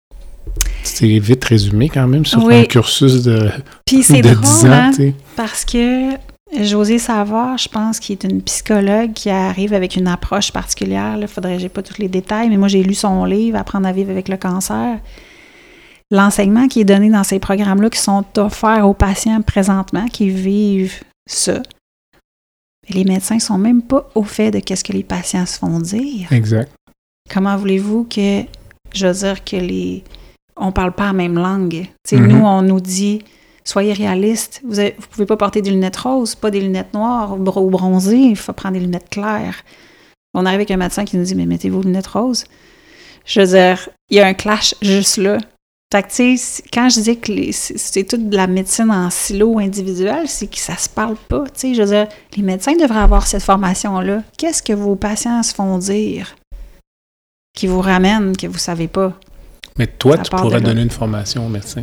C'est vite résumé quand même sur oui. un cursus de, Puis c'est de drôle, dix ans. Hein, parce que... Josée Savard, je pense, qui est une psychologue qui arrive avec une approche particulière. Il faudrait, j'ai pas tous les détails, mais moi, j'ai lu son livre « Apprendre à vivre avec le cancer ». L'enseignement qui est donné dans ces programmes-là qui sont offerts aux patients présentement, qui vivent ça, les médecins ne sont même pas au fait de ce que les patients se font dire. Exact. Comment voulez-vous que, je veux dire, que les... on parle pas la même langue? Tu sais, mm-hmm. Nous, on nous dit... Soyez réaliste. Vous ne pouvez pas porter des lunettes roses, pas des lunettes noires ou bronzées. Il faut prendre des lunettes claires. On arrive avec un médecin qui nous dit « Mais mettez vos lunettes roses. » Je veux dire, il y a un clash juste là. Fait que, tu sais, quand je dis que les, c'est, c'est toute de la médecine en silo individuel, c'est que ça se parle pas. Tu sais, je veux dire, les médecins devraient avoir cette formation-là. Qu'est-ce que vos patients se font dire qui vous ramène, que vous savez pas? Mais toi, ça tu pourrais donner une formation aux médecins.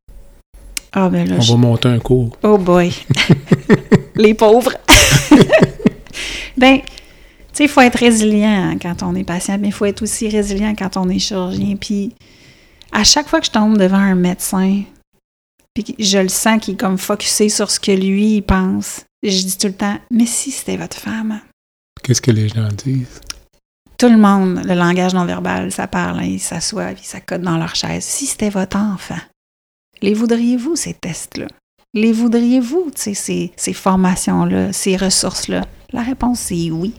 Ah, ben là, On je... va monter un cours. Oh boy! Les pauvres! Ben, tu sais, il faut être résilient quand on est patient, mais il faut être aussi résilient quand on est chirurgien. Puis, à chaque fois que je tombe devant un médecin, puis je le sens qu'il est comme focusé sur ce que lui, il pense, je dis tout le temps, mais si c'était votre femme? Qu'est-ce que les gens disent? Tout le monde, le langage non-verbal, ça parle, hein, ils s'assoient, puis ça cote dans leur chaise. Si c'était votre enfant, les voudriez-vous, ces tests-là? Les voudriez-vous, tu sais, ces, ces formations-là, ces ressources-là? La réponse, c'est oui.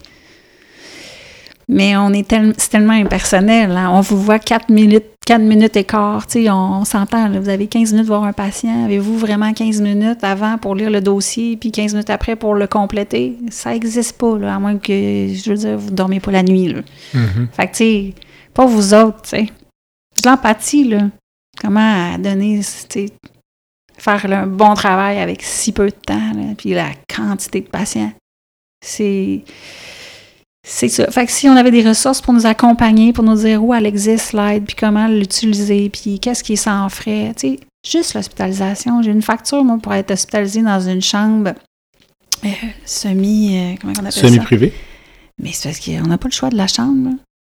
Mais on est tel, c'est tellement impersonnel. Hein? On vous voit quatre minutes, quatre minutes et quart. Tu sais, on, on s'entend. Là, vous avez quinze minutes pour voir un patient. Avez-vous vraiment quinze minutes avant pour lire le dossier, puis quinze minutes après pour le compléter? Ça n'existe pas, là, à moins que, je veux dire, vous ne dormez pas la nuit. Là. Mm-hmm. Fait que, tu sais, pas vous autres, tu sais. De l'empathie, là. Comment donner, tu sais, faire un bon travail avec si peu de temps, là, puis la quantité de patients. C'est, c'est ça. Fait que si on avait des ressources pour nous accompagner, pour nous dire où elle existe, l'aide, puis comment l'utiliser, puis qu'est-ce qui est sans frais, tu sais, juste l'hospitalisation. J'ai une facture, moi, pour être hospitalisée dans une chambre euh, semi... Euh, comment on appelle ça? Semi-privée? Mais c'est parce qu'on n'a pas le choix de la chambre, là.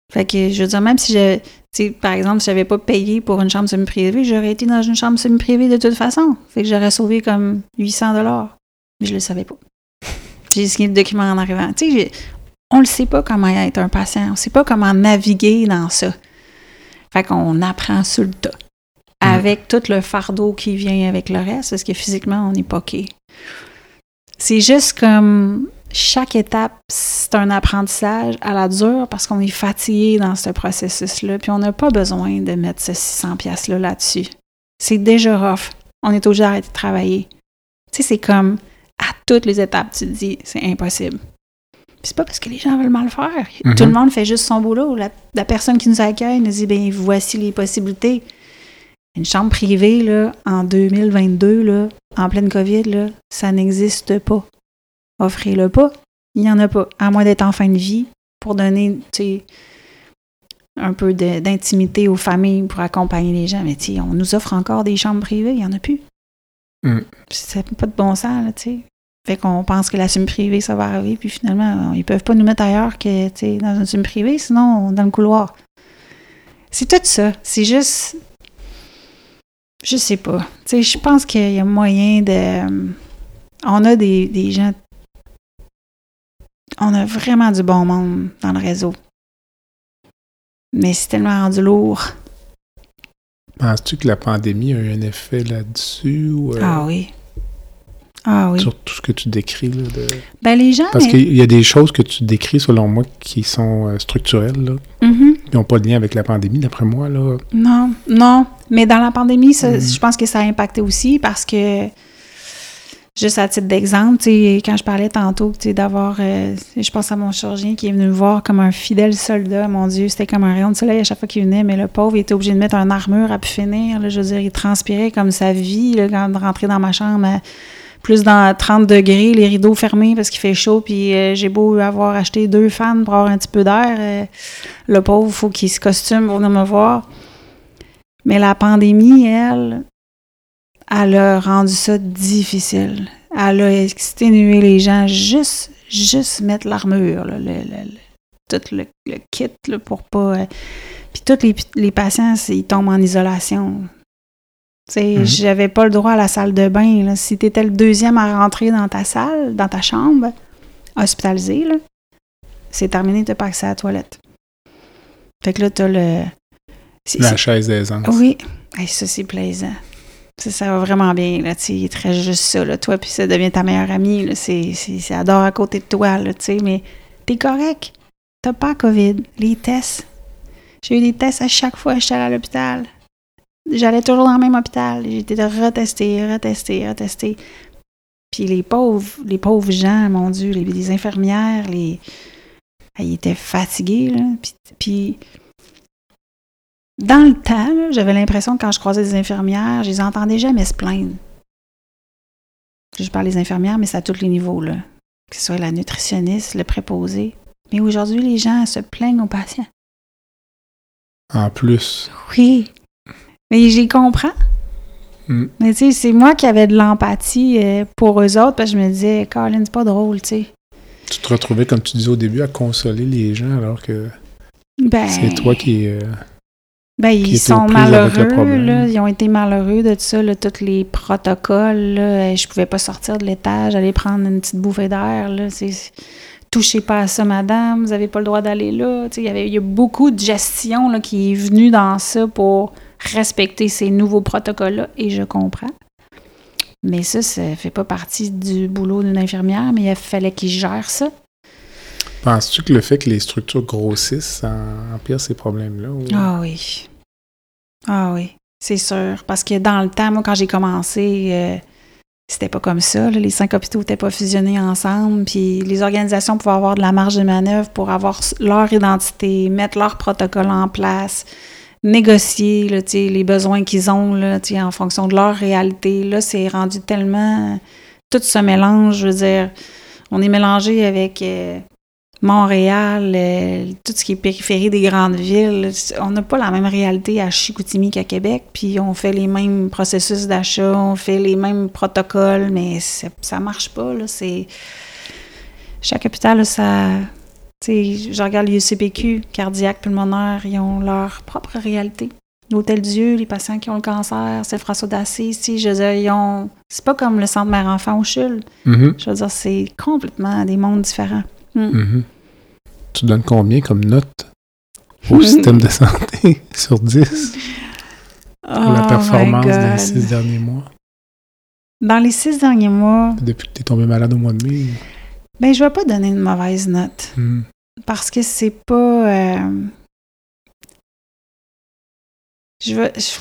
Fait que, je veux dire, même si je, tu sais, par exemple, si j'avais pas payé pour une chambre semi-privée, j'aurais été dans une chambre semi-privée de toute façon. Fait que j'aurais sauvé comme huit cents dollars. Mais je le savais pas. J'ai signé le document en arrivant. Tu sais, on le sait pas comment être un patient. On sait pas comment naviguer dans ça. Fait qu'on apprend sur le tas. Avec tout le fardeau qui vient avec le reste, parce que physiquement, on est poqué. C'est juste comme chaque étape, c'est un apprentissage à la dure parce qu'on est fatigué dans ce processus-là, puis on n'a pas besoin de mettre ce six cents piastres-là là-dessus. C'est déjà rough. On est obligé d'arrêter de travailler. Tu sais, c'est comme à toutes les étapes, tu te dis, c'est impossible. Puis c'est pas parce que les gens veulent mal faire. Mm-hmm. Tout le monde fait juste son boulot. La, la personne qui nous accueille nous dit, bien, voici les possibilités. Une chambre privée, là, en deux mille vingt-deux, là, en pleine COVID, là, ça n'existe pas. Offrez-le pas, il n'y en a pas. À moins d'être en fin de vie, pour donner, tu sais, un peu de, d'intimité aux familles pour accompagner les gens. Mais tu sais, on nous offre encore des chambres privées, il n'y en a plus. Mm. Ça n'a pas de bon sens, là, tu sais. Fait qu'on pense que la semi-privée, ça va arriver, puis finalement, ils peuvent pas nous mettre ailleurs que, tu sais, dans une semi-privée, sinon, dans le couloir. C'est tout ça. C'est juste... Je sais pas. Tu sais, je pense qu'il y a moyen de... On a des, des gens... On a vraiment du bon monde dans le réseau. Mais c'est tellement rendu lourd. Penses-tu que la pandémie a eu un effet là-dessus? Ou, euh, ah oui. Ah oui. Sur tout ce que tu décris, là? De... Ben les gens... Parce mais... qu'il y a des choses que tu décris, selon moi, qui sont euh, structurelles, là. Mm-hmm. Ils n'ont pas de lien avec la pandémie, d'après moi, là. Non, non. Mais dans la pandémie, ça, mm. je pense que ça a impacté aussi parce que, juste à titre d'exemple, tu sais, quand je parlais tantôt, tu sais, d'avoir, euh, je pense à mon chirurgien qui est venu me voir comme un fidèle soldat, mon Dieu, c'était comme un rayon de soleil à chaque fois qu'il venait, mais le pauvre, il était obligé de mettre une armure à pu finir, là, je veux dire, il transpirait comme sa vie, là, quand de rentrer dans ma chambre, à plus dans trente degrés, les rideaux fermés parce qu'il fait chaud, puis euh, j'ai beau avoir acheté deux fans pour avoir un petit peu d'air, euh, le pauvre, il faut qu'il se costume pour venir me voir. Mais la pandémie, elle, elle a rendu ça difficile. Elle a exténué les gens juste, juste mettre l'armure, là, le, le, le, tout le, le kit là, pour pas... Euh, puis tous les, les patients, ils tombent en isolation. Tu sais, mm-hmm. J'avais pas le droit à la salle de bain. Là. Si t'étais le deuxième à rentrer dans ta salle, dans ta chambre, hospitalisé, là, c'est terminé, t'as pas accès à la toilette. Fait que là, t'as le... C'est, la c'est... chaise d'aisance. Oui. Hey, ça, c'est plaisant. Ça, ça va vraiment bien, là, tu sais, il te reste juste ça, là, toi, puis ça devient ta meilleure amie, là, c'est, c'est, c'est adore à côté de toi, là, tu sais, mais t'es correct. T'as pas COVID. Les tests. J'ai eu des tests à chaque fois que j'étais allée à l'hôpital. J'allais toujours dans le même hôpital. J'étais retestée, retestée, retestée. Puis les pauvres, les pauvres gens, mon Dieu, les, les infirmières, les... ils étaient fatigués, là. Puis, puis dans le temps, là, j'avais l'impression que quand je croisais des infirmières, je les entendais jamais se plaindre. Je parle des infirmières, mais c'est à tous les niveaux, là. Que ce soit la nutritionniste, le préposé. Mais aujourd'hui, les gens se plaignent aux patients. En plus. Oui. Mais j'y comprends. Mm. Mais tu sais, c'est moi qui avais de l'empathie euh, pour eux autres, parce que je me disais, Colin, c'est pas drôle, tu sais. Tu te retrouvais, comme tu disais au début, à consoler les gens, alors que ben, c'est toi qui... Euh, ben, qui ils sont malheureux, là. Ils ont été malheureux de tout ça, là, tous les protocoles, là. Je pouvais pas sortir de l'étage, aller prendre une petite bouffée d'air, là. C'est... Touchez pas à ça, madame, vous avez pas le droit d'aller là. Tu sais, il y avait, il y a beaucoup de gestion là, qui est venue dans ça pour respecter ces nouveaux protocoles-là, et je comprends. Mais ça, ça fait pas partie du boulot d'une infirmière, mais il fallait qu'ils gèrent ça. Penses-tu que le fait que les structures grossissent empire ces problèmes-là? Ou... Ah oui. Ah oui, c'est sûr. Parce que dans le temps, moi, quand j'ai commencé... Euh, C'était pas comme ça. Là. Les cinq hôpitaux n'étaient pas fusionnés ensemble. Puis les organisations pouvaient avoir de la marge de manœuvre pour avoir leur identité, mettre leur protocole en place, négocier là, les besoins qu'ils ont là, en fonction de leur réalité. Là, c'est rendu tellement... Tout ce mélange, je veux dire, on est mélangé avec euh, Montréal, euh, tout ce qui est périphérie des grandes villes. On n'a pas la même réalité à Chicoutimi qu'à Québec, puis on fait les mêmes processus d'achat, on fait les mêmes protocoles, mais c'est, ça marche pas, là. C'est... Chaque hôpital a sa, Tu sais, je regarde les U C P Q, cardiaque, pulmonaire, ils ont leur propre réalité. L'Hôtel-Dieu, les patients qui ont le cancer, c'est François d'Assise, tu sais, je veux dire, ils ont... C'est pas comme le centre mère-enfant au C H U L. Mm-hmm. Je veux dire, c'est complètement des mondes différents. Mm. Mm-hmm. Tu donnes combien comme note au système de santé sur dix pour oh la performance des six derniers mois? Dans les six derniers mois... Depuis que tu es tombé malade au mois de mai? Ben, je vais pas donner une mauvaise note. Mm. Parce que c'est pas... Euh... Je veux... Je...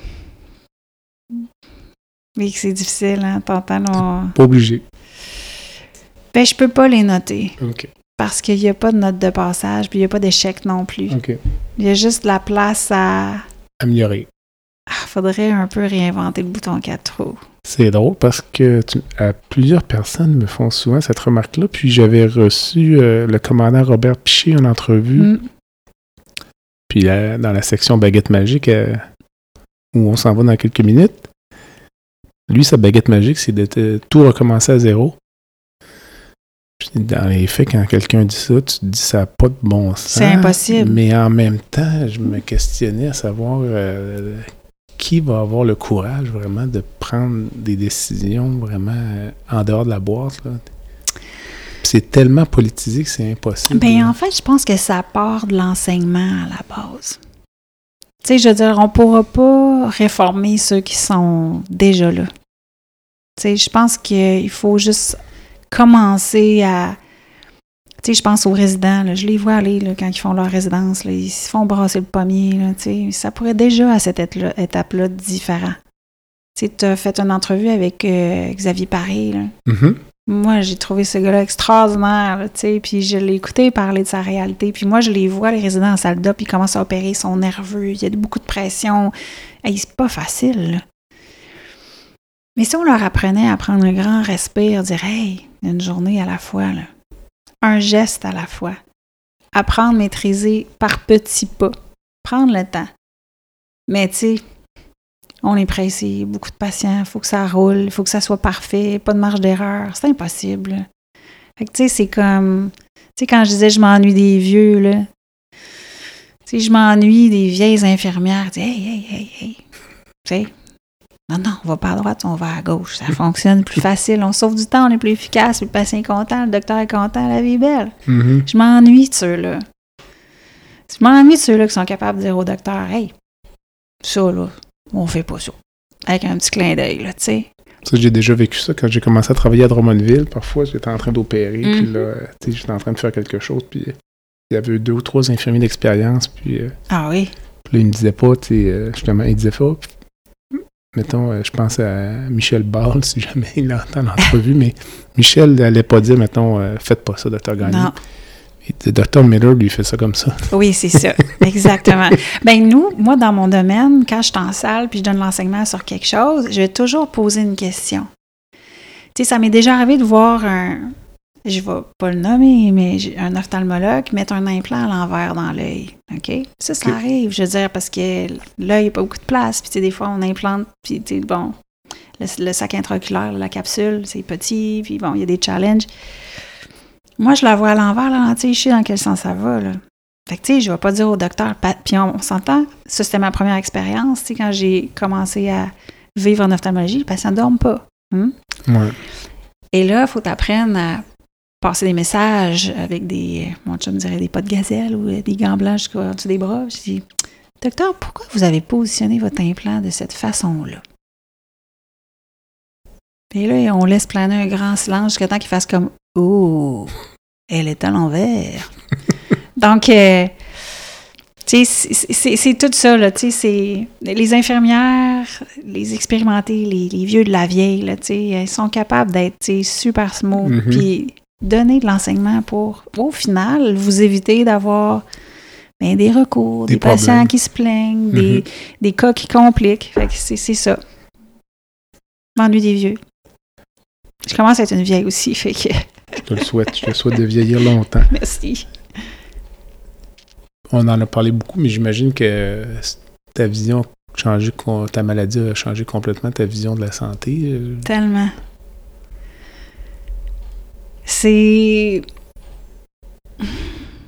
Oui, c'est difficile, hein, t'entends? On... Pas obligé. Ben, je peux pas les noter. OK. Parce qu'il y a pas de note de passage, puis il y a pas d'échec non plus. OK. Il y a juste la place à... Améliorer. Ah, faudrait un peu réinventer le bouton quatre trous. C'est drôle parce que tu, à plusieurs personnes me font souvent cette remarque-là, puis j'avais reçu euh, le commandant Robert Piché en entrevue. Mm. Puis là, dans la section baguette magique, euh, où on s'en va dans quelques minutes, lui, sa baguette magique, c'est de te, tout recommencer à zéro. Puis dans les faits, quand quelqu'un dit ça, tu te dis ça n'a pas de bon sens. C'est impossible. Mais en même temps, je me questionnais à savoir euh, qui va avoir le courage vraiment de prendre des décisions vraiment euh, en dehors de la boîte, là. C'est tellement politisé que c'est impossible. Ben, en fait, je pense que ça part de l'enseignement à la base. Tu sais, je veux dire, on pourra pas réformer ceux qui sont déjà là. Tu sais, je pense qu'il faut juste commencer à... Tu sais, je pense aux résidents, là, je les vois aller là, quand ils font leur résidence, là, ils se font brasser le pommier, là, tu sais, ça pourrait déjà à cette étape-là, étape-là différent. Tu sais, tu as fait une entrevue avec euh, Xavier Paré, là. Mm-hmm. Moi, j'ai trouvé ce gars-là extraordinaire, là, tu sais, puis je l'ai écouté parler de sa réalité, puis moi, je les vois, les résidents en salle d'op, ils commencent à opérer, ils sont nerveux, il y a beaucoup de pression. Hey, c'est pas facile, là. Mais si on leur apprenait à prendre un grand respire, dire « Hey, une journée à la fois, là. Un geste à la fois. » Apprendre, maîtriser par petits pas. Prendre le temps. Mais tu sais, on est pressé, beaucoup de patients, il faut que ça roule, il faut que ça soit parfait, pas de marge d'erreur. C'est impossible. Fait que tu sais, c'est comme... Tu sais, quand je disais « je m'ennuie des vieux », là, tu sais, je m'ennuie des vieilles infirmières. Tu sais, « Hey, hey, hey, hey. » Tu sais, non, non, on va pas à droite, on va à gauche. Ça fonctionne plus facile, on sauve du temps, on est plus efficace, le patient est content, le docteur est content, la vie est belle. Mm-hmm. Je m'ennuie de ceux-là. Je m'ennuie de ceux-là qui sont capables de dire au docteur « Hey, ça, là, on fait pas ça. » Avec un petit clin d'œil, là, tu sais. Ça, j'ai déjà vécu ça quand j'ai commencé à travailler à Drummondville. Parfois, j'étais en train d'opérer, Mm-hmm. puis là, tu sais, j'étais en train de faire quelque chose, puis il y avait deux ou trois infirmiers d'expérience, puis, euh, Ah oui? puis là, ils me disaient pas, tu sais, euh, justement, ils disaient pas, mettons, euh, je pense à Michel Ball, si jamais il entend l'entrevue, mais Michel n'allait pas dire, mettons, euh, faites pas ça, docteur Gagné. Non. Et docteur Miller, lui, fait ça comme ça. Oui, c'est ça. Exactement. Ben nous, moi, dans mon domaine, quand je suis en salle puis je donne l'enseignement sur quelque chose, je vais toujours poser une question. Tu sais, ça m'est déjà arrivé de voir un... Je vais pas le nommer, mais j'ai un ophtalmologue mettre un implant à l'envers dans l'œil. OK? Ça, ça OK. arrive, je veux dire, parce que l'œil n'a pas beaucoup de place. Puis, tu sais, des fois, on implante, puis, tu sais, bon, le, le sac intraoculaire, la capsule, c'est petit, puis bon, il y a des challenges. Moi, je la vois à l'envers, la lentille, je sais dans quel sens ça va, là. Fait que, tu sais, je vais pas dire au docteur... Puis, on, on s'entend, ça, c'était ma première expérience, tu sais, quand j'ai commencé à vivre en ophtalmologie, le patient ne dorme pas. Hum? Ouais. Et là, il faut t'apprendre à passer des messages avec des, mon chum dirait des pas de gazelle ou des gants blancs jusqu'au dessus des bras. Je dis, docteur, pourquoi vous avez positionné votre implant de cette façon-là? Et là, on laisse planer un grand silence jusqu'à temps qu'il fasse comme, oh, elle est à l'envers. Donc, euh, tu sais, c'est, c'est, c'est tout ça, là, tu sais, c'est les infirmières, les expérimentées, les, les vieux de la vieille, là, tu sais, ils sont capables d'être, tu sais, super smooth, Mm-hmm. puis donner de l'enseignement pour, au final, vous éviter d'avoir ben, des recours, des, Des patients problèmes. qui se plaignent, Mm-hmm. des, des cas qui compliquent. Fait que c'est, c'est ça. M'ennuie des vieux. Je commence à être une vieille aussi, fait que... Je te le souhaite. Je te souhaite de vieillir longtemps. Merci. On en a parlé beaucoup, mais j'imagine que ta vision a changé, ta maladie a changé complètement ta vision de la santé. Tellement. C'est...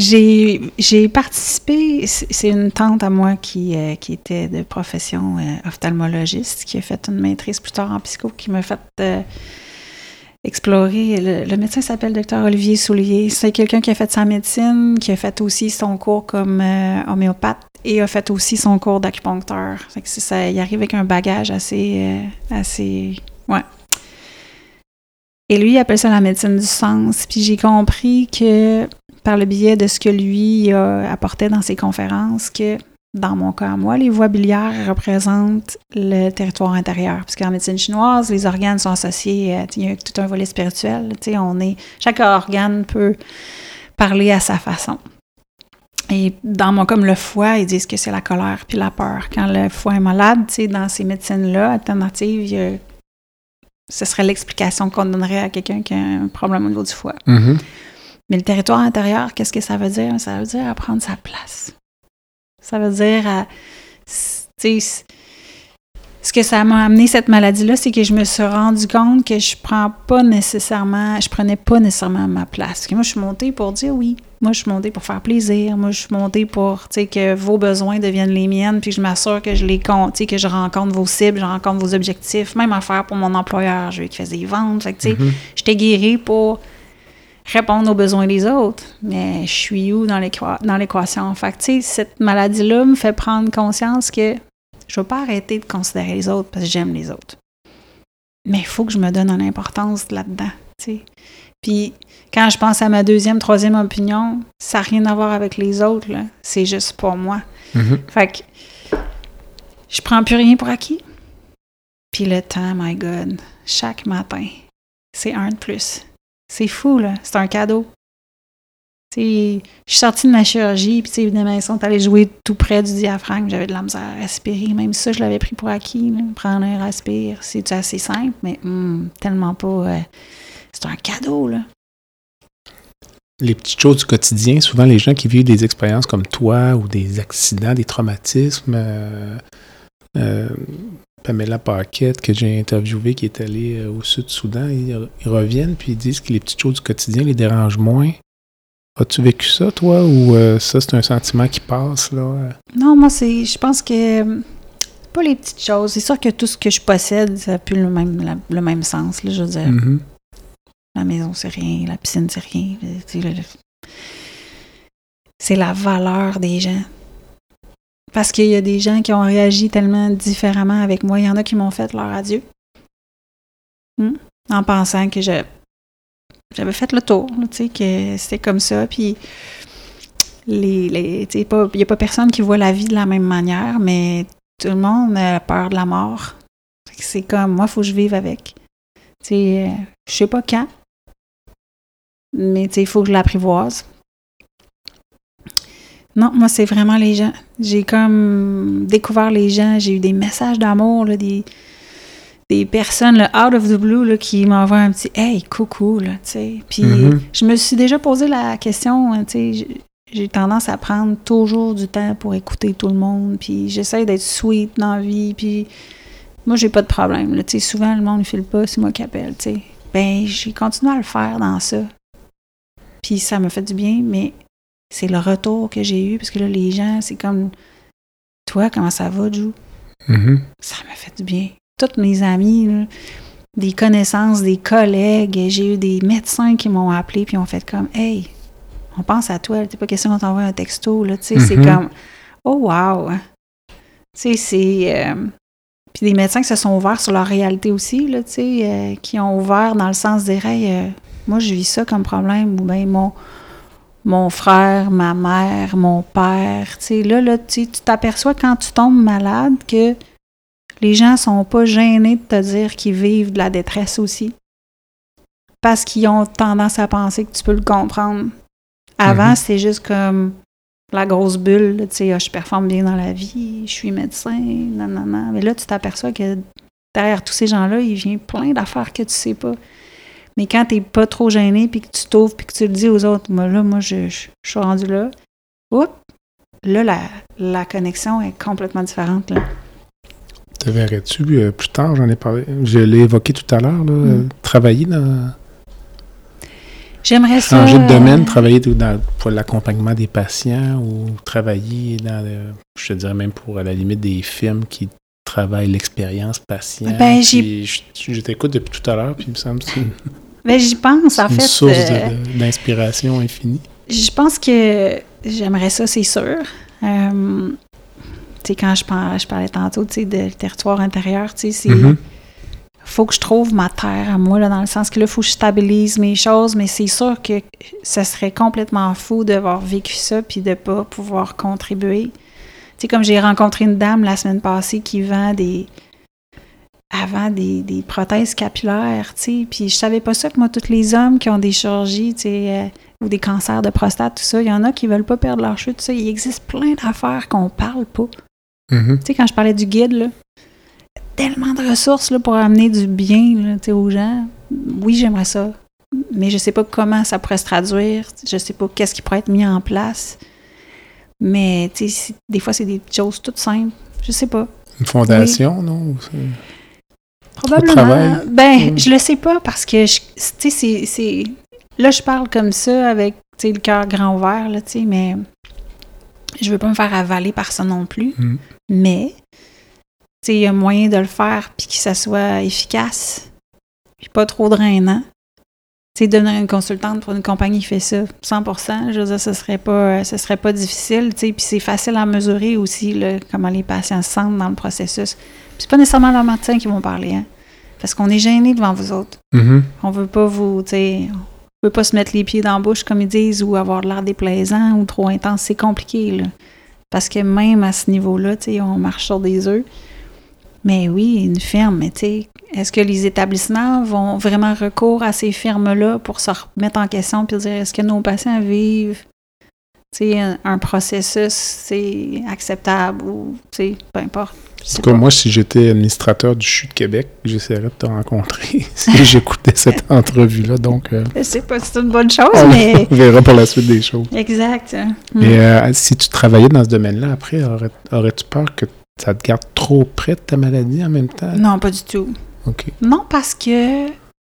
j'ai, j'ai participé, c'est une tante à moi qui, euh, qui était de profession euh, ophtalmologiste, qui a fait une maîtrise plus tard en psycho, qui m'a fait euh, explorer. Le, le médecin s'appelle docteur Olivier Soulier. C'est quelqu'un qui a fait sa médecine, qui a fait aussi son cours comme euh, homéopathe et a fait aussi son cours d'acupuncteur. Fait que ça, il arrive avec un bagage assez... Euh, assez ouais. Et lui, il appelle ça la médecine du sens. Puis j'ai compris que, par le biais de ce que lui euh, apportait dans ses conférences, que dans mon cas, moi, les voies biliaires représentent le territoire intérieur. Parce qu'en médecine chinoise, les organes sont associés, à, il y a tout un volet spirituel. On est, chaque organe peut parler à sa façon. Et dans mon cas, comme le foie, ils disent que c'est la colère puis la peur. Quand le foie est malade, dans ces médecines-là, alternatives, il y a, ce serait l'explication qu'on donnerait à quelqu'un qui a un problème au niveau du foie. Mm-hmm. Mais le territoire intérieur, qu'est-ce que ça veut dire? Ça veut dire à prendre sa place. Ça veut dire, à, tu sais, ce que ça m'a amené, cette maladie-là, c'est que je me suis rendu compte que je prends pas nécessairement, je prenais pas nécessairement ma place. Parce que moi, je suis montée pour dire oui. Moi, je suis montée pour faire plaisir. Moi, je suis montée pour, tu sais, que vos besoins deviennent les miennes, puis que je m'assure que je les compte, tu sais, que je rencontre vos cibles, je rencontre vos objectifs. Même affaire pour mon employeur, je veux qu'il fasse des ventes. Fait que, tu sais, mm-hmm. j'étais guérie pour répondre aux besoins des autres, mais je suis où dans, l'équa- dans l'équation? Fait que, tu sais, cette maladie-là me fait prendre conscience que je ne vais pas arrêter de considérer les autres parce que j'aime les autres. Mais il faut que je me donne une importance là-dedans, tu sais. Puis, quand je pense à ma deuxième, troisième opinion, ça n'a rien à voir avec les autres, là. C'est juste pour moi. Mm-hmm. Fait que je prends plus rien pour acquis. Puis le temps, my God, chaque matin, c'est un de plus. C'est fou, là. C'est un cadeau. T'sais, je suis sortie de ma chirurgie, puis évidemment, ils sont allés jouer tout près du diaphragme. J'avais de la misère à respirer. Même ça, je l'avais pris pour acquis. Là. Prendre un respire, c'est assez simple, mais hum, tellement pas... Euh, c'est un cadeau, là. Les petites choses du quotidien, souvent les gens qui vivent des expériences comme toi ou des accidents, des traumatismes... Euh, euh, Pamela Paquette, que j'ai interviewée, qui est allée euh, au Sud-Soudan, ils, ils reviennent puis ils disent que les petites choses du quotidien les dérangent moins. As-tu vécu ça, toi, ou euh, ça, c'est un sentiment qui passe, là? Non, moi, c'est, je pense que pas les petites choses. C'est sûr que tout ce que je possède, ça n'a plus le même, la, le même sens, là, je veux dire. Mm-hmm. La maison, c'est rien. La piscine, c'est rien. C'est, le, c'est la valeur des gens. Parce qu'il y a des gens qui ont réagi tellement différemment avec moi. Il y en a qui m'ont fait leur adieu. Hum, en pensant que je, j'avais fait le tour, tu sais, que c'était comme ça. Puis, les, les, tu sais, il n'y a pas personne qui voit la vie de la même manière, mais tout le monde a peur de la mort. C'est comme, moi, il faut que je vive avec. Tu sais, euh, je sais pas quand, mais tu sais, il faut que je l'apprivoise. Non, moi, c'est vraiment les gens. J'ai comme découvert les gens. J'ai eu des messages d'amour, là, des, des personnes, là, out of the blue, là, qui m'envoient un petit « Hey, coucou », là, tu sais. Puis mm-hmm. je me suis déjà posé la question, tu sais, j'ai, j'ai tendance à prendre toujours du temps pour écouter tout le monde, puis j'essaie d'être sweet dans la vie, puis moi, j'ai pas de problème, là, tu sais. Souvent, le monde ne file pas, c'est moi qui appelle, tu sais. Ben, j'ai continué à le faire dans ça. Puis ça m'a fait du bien, mais... c'est le retour que j'ai eu, parce que là, les gens, c'est comme « Toi, comment ça va, Jou? Mm-hmm. » Ça m'a fait du bien. Toutes mes amies, là, des connaissances, des collègues, j'ai eu des médecins qui m'ont appelé puis ont fait comme « Hey, on pense à toi, c'est pas question qu'on t'envoie un texto, là, tu sais, mm-hmm. c'est comme « Oh, wow! » Tu sais, c'est... Euh... Puis des médecins qui se sont ouverts sur leur réalité aussi, là, tu sais, euh, qui ont ouvert dans le sens de « Hey, euh, moi, je vis ça comme problème, ou bien mon... mon frère, ma mère, mon père, tu sais, là, là, tu t'aperçois quand tu tombes malade que les gens sont pas gênés de te dire qu'ils vivent de la détresse aussi. Parce qu'ils ont tendance à penser que tu peux le comprendre. Avant, mm-hmm. c'était juste comme la grosse bulle, tu sais, ah, je performe bien dans la vie, je suis médecin, non, non, non. Mais là, tu t'aperçois que derrière tous ces gens-là, il vient plein d'affaires que tu sais pas. Mais quand t'es pas trop gêné, puis que tu t'ouvres, puis que tu le dis aux autres, moi, là, moi, je, je, je suis rendue là. Oups! Là, la, la connexion est complètement différente, là. Te verrais-tu, euh, plus tard, j'en ai parlé, je l'ai évoqué tout à l'heure, là, mm. euh, travailler dans... J'aimerais ça... Changer de domaine, travailler dans, pour l'accompagnement des patients ou travailler dans, le, je te dirais même pour, à la limite, des firmes qui travaillent l'expérience patient. Ben, j'y... Je, je t'écoute depuis tout à l'heure, puis il me semble que c'est une, ben, j'y pense, en une fait. source euh, de, d'inspiration infinie. Je pense que j'aimerais ça, c'est sûr. Euh, tu sais, quand je parlais, je parlais tantôt, tu sais, de territoire intérieur, tu sais, c'est... Mm-hmm. Faut que je trouve ma terre à moi, là, dans le sens que là, il faut que je stabilise mes choses, mais c'est sûr que ça serait complètement fou d'avoir vécu ça puis de pas pouvoir contribuer. Tu sais, comme j'ai rencontré une dame la semaine passée qui vend des... avant des, des prothèses capillaires, tu sais, puis je savais pas ça que moi, tous les hommes qui ont des chirurgies, tu sais, euh, ou des cancers de prostate, tout ça, il y en a qui veulent pas perdre leur cheveux, tout ça. Il existe plein d'affaires qu'on parle pas. Mm-hmm. Tu sais, quand je parlais du guide, là, tellement de ressources là, pour amener du bien là, aux gens. Oui, j'aimerais ça, mais je sais pas comment ça pourrait se traduire. Je sais pas qu'est-ce qui pourrait être mis en place. Mais tu sais, des fois, c'est des choses toutes simples. Je sais pas. Une fondation, oui. Non? C'est... Probablement. Ben, mmh. je le sais pas parce que, tu sais, c'est, c'est... Là, je parle comme ça avec, tu sais, le cœur grand ouvert, là, tu sais, mais je veux pas me faire avaler par ça non plus. Mmh. Mais... il y a moyen de le faire puis que ça soit efficace puis pas trop drainant. Tu sais, devenir une consultante pour une compagnie qui fait ça cent pour cent, je veux dire, ce serait pas, ce serait pas difficile, tu sais, puis c'est facile à mesurer aussi, là, comment les patients se sentent dans le processus. Puis c'est pas nécessairement leurs médecins qui vont parler, hein, parce qu'on est gênés devant vous autres. Mm-hmm. On veut pas vous, tu sais, on veut pas se mettre les pieds dans la bouche, comme ils disent, ou avoir l'air déplaisant ou trop intense. C'est compliqué, là, parce que même à ce niveau-là, tu sais, on marche sur des œufs. Mais oui, une firme, mais tu sais, est-ce que les établissements vont vraiment recours à ces firmes-là pour se remettre en question puis dire est-ce que nos patients vivent, tu sais, un, un processus, c'est acceptable ou, tu sais, peu importe. En tout cas, moi, si j'étais administrateur du C H U de Québec, j'essaierais de te rencontrer si j'écoutais cette entrevue-là. Donc, euh, je sais pas si c'est une bonne chose, on mais... On verra pour la suite des choses. Exact. Mais euh, si tu travaillais dans ce domaine-là, après, aurais, aurais-tu peur que ça te garde trop près de ta maladie en même temps? Non, pas du tout. OK. Non, parce que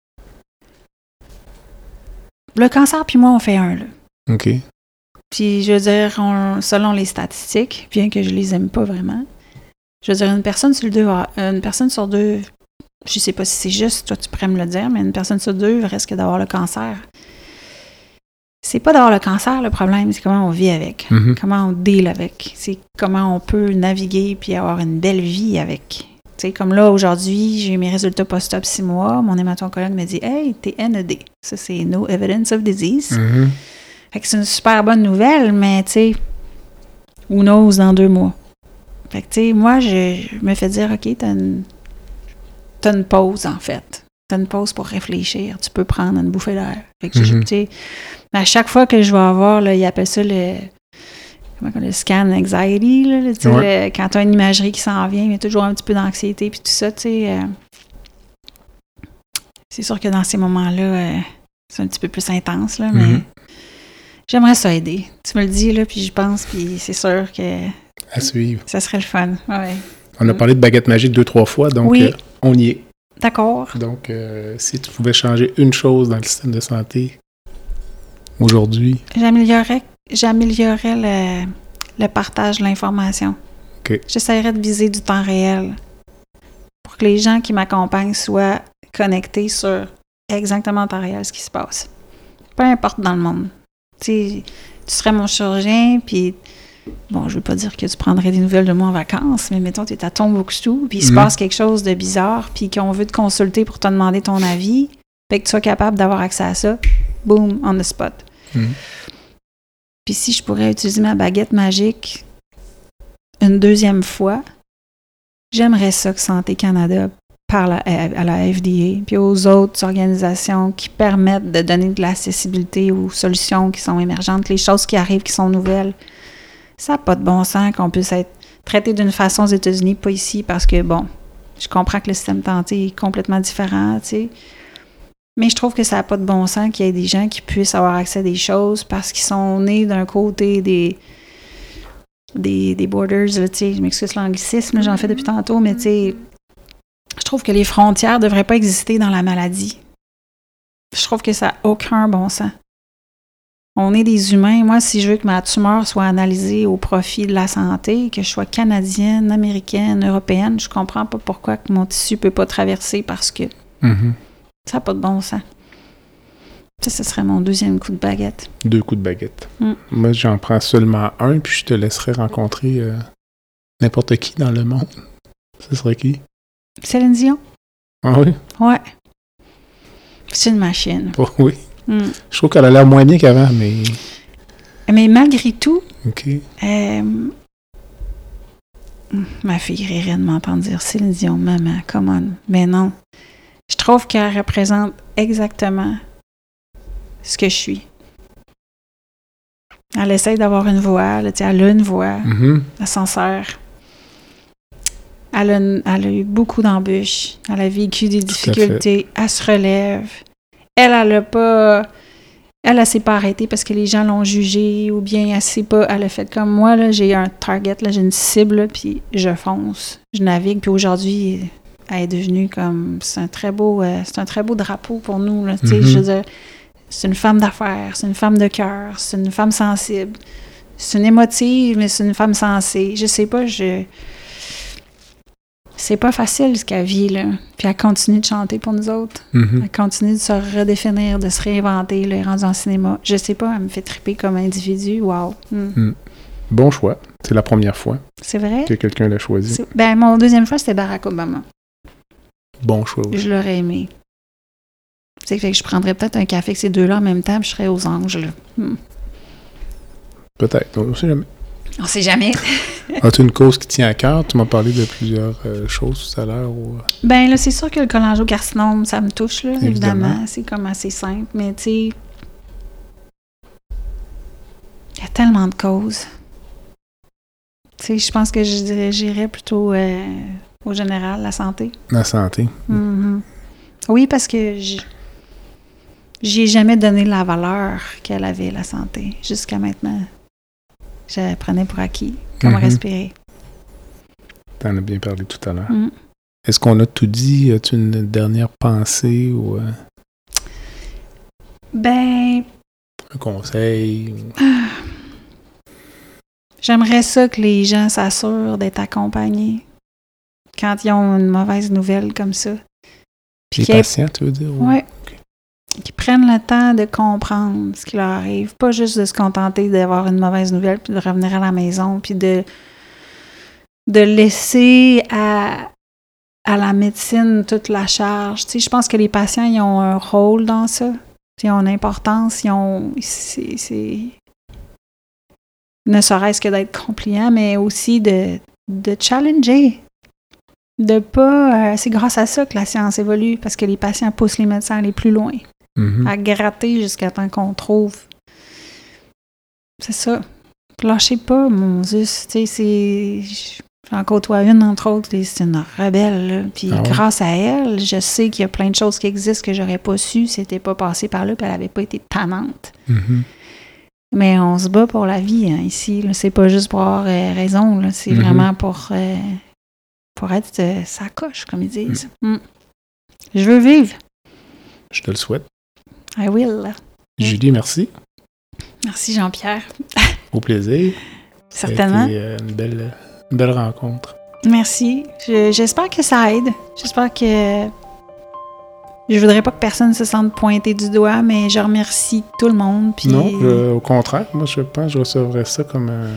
le cancer puis moi, on fait un, là. OK. Puis, je veux dire, on, selon les statistiques, bien que je les aime pas vraiment, je veux dire, une personne sur deux, une personne sur deux, je sais pas si c'est juste, toi, tu pourrais me le dire, mais une personne sur deux risque d'avoir le cancer. C'est pas d'avoir le cancer le problème, c'est comment on vit avec, mm-hmm. comment on deal avec, c'est comment on peut naviguer puis avoir une belle vie avec. Tu sais, comme là, aujourd'hui, j'ai eu mes résultats post-op six mois, mon hémato-oncologue me dit « Hey, t'es N E D ». Ça, c'est « No Evidence of Disease mm-hmm. ». Fait que c'est une super bonne nouvelle, mais tu sais, who knows dans deux mois. Fait que tu sais, moi, je, je me fais dire « OK, t'as une, t'as une pause, en fait. T'as une pause pour réfléchir. Tu peux prendre une bouffée d'air. » Fait que mm-hmm. tu sais, à chaque fois que je vais avoir, là, ils appellent ça le, comment, le scan anxiety, là, ouais. le, quand tu as une imagerie qui s'en vient, il y a toujours un petit peu d'anxiété puis tout ça, tu sais. Euh, c'est sûr que dans ces moments-là, euh, c'est un petit peu plus intense, là, mais mm-hmm. j'aimerais ça aider. Tu me le dis, là, puis j'y pense, puis c'est sûr que... À suivre. Ça serait le fun, ouais. On a parlé de baguette magique deux, trois fois, donc oui. euh, on y est. D'accord. Donc, euh, si tu pouvais changer une chose dans le système de santé aujourd'hui? J'améliorerais, j'améliorerais le, le partage de l'information. Okay. J'essaierais de viser du temps réel pour que les gens qui m'accompagnent soient connectés sur exactement en temps réel ce qui se passe. Peu importe dans le monde. Tu tu serais mon chirurgien, puis bon, je veux pas dire que tu prendrais des nouvelles de moi en vacances, mais mettons, tu es à Tombouctou, puis il mmh. se passe quelque chose de bizarre, puis qu'on veut te consulter pour te demander ton avis, fait que tu sois capable d'avoir accès à ça, boom, on the spot. Mmh. Puis si je pourrais utiliser ma baguette magique une deuxième fois, j'aimerais ça que Santé Canada parle à, à la F D A, puis aux autres organisations qui permettent de donner de l'accessibilité aux solutions qui sont émergentes, les choses qui arrivent, qui sont nouvelles. Ça n'a pas de bon sens qu'on puisse être traité d'une façon aux États-Unis, pas ici, parce que, bon, je comprends que le système de santé est complètement différent, tu sais. Mais je trouve que ça n'a pas de bon sens qu'il y ait des gens qui puissent avoir accès à des choses parce qu'ils sont nés d'un côté des, des, des borders, tu sais, je m'excuse l'anglicisme, j'en fais depuis tantôt, mais tu sais, je trouve que les frontières ne devraient pas exister dans la maladie. Je trouve que ça n'a aucun bon sens. On est des humains. Moi, si je veux que ma tumeur soit analysée au profit de la santé, que je sois canadienne, américaine, européenne, je comprends pas pourquoi que mon tissu peut pas traverser parce que Mm-hmm. ça n'a pas de bon sens. Ça, ce serait mon deuxième coup de baguette. Deux coups de baguette. Mm. Moi, j'en prends seulement un, puis je te laisserai rencontrer euh, n'importe qui dans le monde. Ce serait qui? Céline Dion? Ah oui? Ouais. C'est une machine. Oh, oui. Mm. Je trouve qu'elle a l'air moins bien qu'avant, mais... Mais malgré tout, OK. euh, ma fille rirait de m'entendre dire Céline Dion, maman, come on. Mais non. Je trouve qu'elle représente exactement ce que je suis. Elle essaie d'avoir une voix, elle, elle a une voix, Mm-hmm. elle s'en sert. Elle a, une- elle a eu beaucoup d'embûches, elle a vécu des difficultés, elle se relève. Elle, elle a pas... Elle, elle s'est pas arrêtée parce que les gens l'ont jugée ou bien elle s'est pas... Elle a fait comme moi, là, j'ai un target, là, j'ai une cible, là, puis je fonce, je navigue. Puis aujourd'hui, elle est devenue comme... C'est un très beau, euh, c'est un très beau drapeau pour nous, là, tu sais, Mhm. je veux dire, c'est une femme d'affaires, c'est une femme de cœur, c'est une femme sensible. C'est une émotive, mais c'est une femme sensée. Je sais pas, je... C'est pas facile ce qu'elle vit, là. Puis elle continue de chanter pour nous autres. Mm-hmm. Elle continue de se redéfinir, de se réinventer, là, elle est rendue en cinéma. Je sais pas, elle me fait triper comme individu. Wow. Mm. Bon choix. C'est la première fois C'est vrai? que quelqu'un l'a choisi. C'est- Ben, mon deuxième choix, c'était Barack Obama. Bon choix aussi. Je l'aurais aimé. Tu sais, fait que je prendrais peut-être un café avec ces deux-là en même temps, puis je serais aux anges, là. Mm. Peut-être. On sait jamais. On sait jamais. As-tu une cause qui tient à cœur? Tu m'as parlé de plusieurs euh, choses tout à l'heure. Ou... Ben là, c'est sûr que le cholangiocarcinome, ça me touche, là, évidemment. Évidemment. C'est comme assez simple, mais tu sais... Il y a tellement de causes. Tu sais, je pense que je dirais, j'irais plutôt euh, au général, la santé. La santé. Mhm. Oui, parce que j'- j'y ai jamais donné la valeur qu'elle avait, la santé, jusqu'à maintenant. Je la prenais pour acquis, comme Mhm. respirer. T'en as bien parlé tout à l'heure. Mm. Est-ce qu'on a tout dit? As-tu une dernière pensée ou euh, Ben, un conseil? j'aimerais ça que les gens s'assurent d'être accompagnés quand ils ont une mauvaise nouvelle comme ça. Puis Les qu'il y ait- patients, tu veux dire? ou- Ouais. Qu'ils prennent le temps de comprendre ce qui leur arrive. Pas juste de se contenter d'avoir une mauvaise nouvelle puis de revenir à la maison puis de, de laisser à, à la médecine toute la charge. Tu sais, je pense que les patients, ils ont un rôle dans ça. Ils ont une importance. Ils ont... C'est, c'est... Ne serait-ce que d'être compliant, mais aussi de, de challenger. De pas... euh, c'est grâce à ça que la science évolue, parce que les patients poussent les médecins à aller plus loin. Mhm. À gratter jusqu'à temps qu'on trouve. C'est ça. Lâchez pas, mon Dieu. Tu sais, c'est... J'en côtoie une, entre autres, et c'est une rebelle, là. Puis Ah ouais? grâce à elle, je sais qu'il y a plein de choses qui existent que j'aurais pas su si c'était pas passé par là, puis elle avait pas été tannante. Mhm. Mais on se bat pour la vie, hein, ici. Là. C'est pas juste pour avoir euh, raison, là. C'est Mhm. vraiment pour, euh, pour être euh, sa coche, comme ils disent. Mm. Je veux vivre. Je te le souhaite. I will. Julie, merci. Merci, Jean-Pierre. Au plaisir. Certainement. Ça a été, euh, une belle, une belle rencontre. Merci. Je- j'espère que ça aide. J'espère que... Je voudrais pas que personne se sente pointé du doigt, mais je remercie tout le monde. Puis... Non, je- au contraire, moi je pense que je recevrais ça comme un-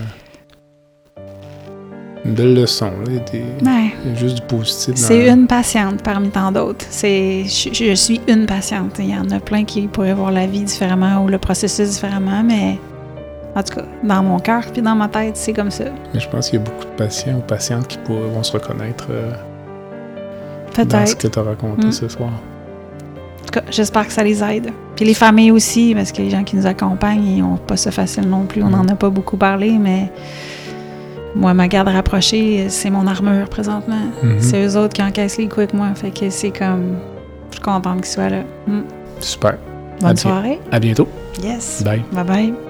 une belle leçon. Là. Des- Ouais. Il y a juste du positif. dans- C'est une patiente parmi tant d'autres. C'est, je, je suis une patiente. Il y en a plein qui pourraient voir la vie différemment ou le processus différemment, mais en tout cas, dans mon cœur puis dans ma tête, c'est comme ça. Mais je pense qu'il y a beaucoup de patients ou patientes qui pourront, vont se reconnaître euh, dans ce Peut-être. que tu as raconté Mm. ce soir. En tout cas, j'espère que ça les aide. Puis les familles aussi, parce que les gens qui nous accompagnent, ils n'ont pas ça facile non plus. On n'en Mm. a pas beaucoup parlé, mais moi, ma garde rapprochée, c'est mon armure présentement. Mhm. C'est eux autres qui encaissent les coups avec moi. Fait que c'est comme... Je suis contente qu'ils soient là. Mm. Super. Bonne À bien- soirée. À bientôt. Yes. Bye. Bye bye.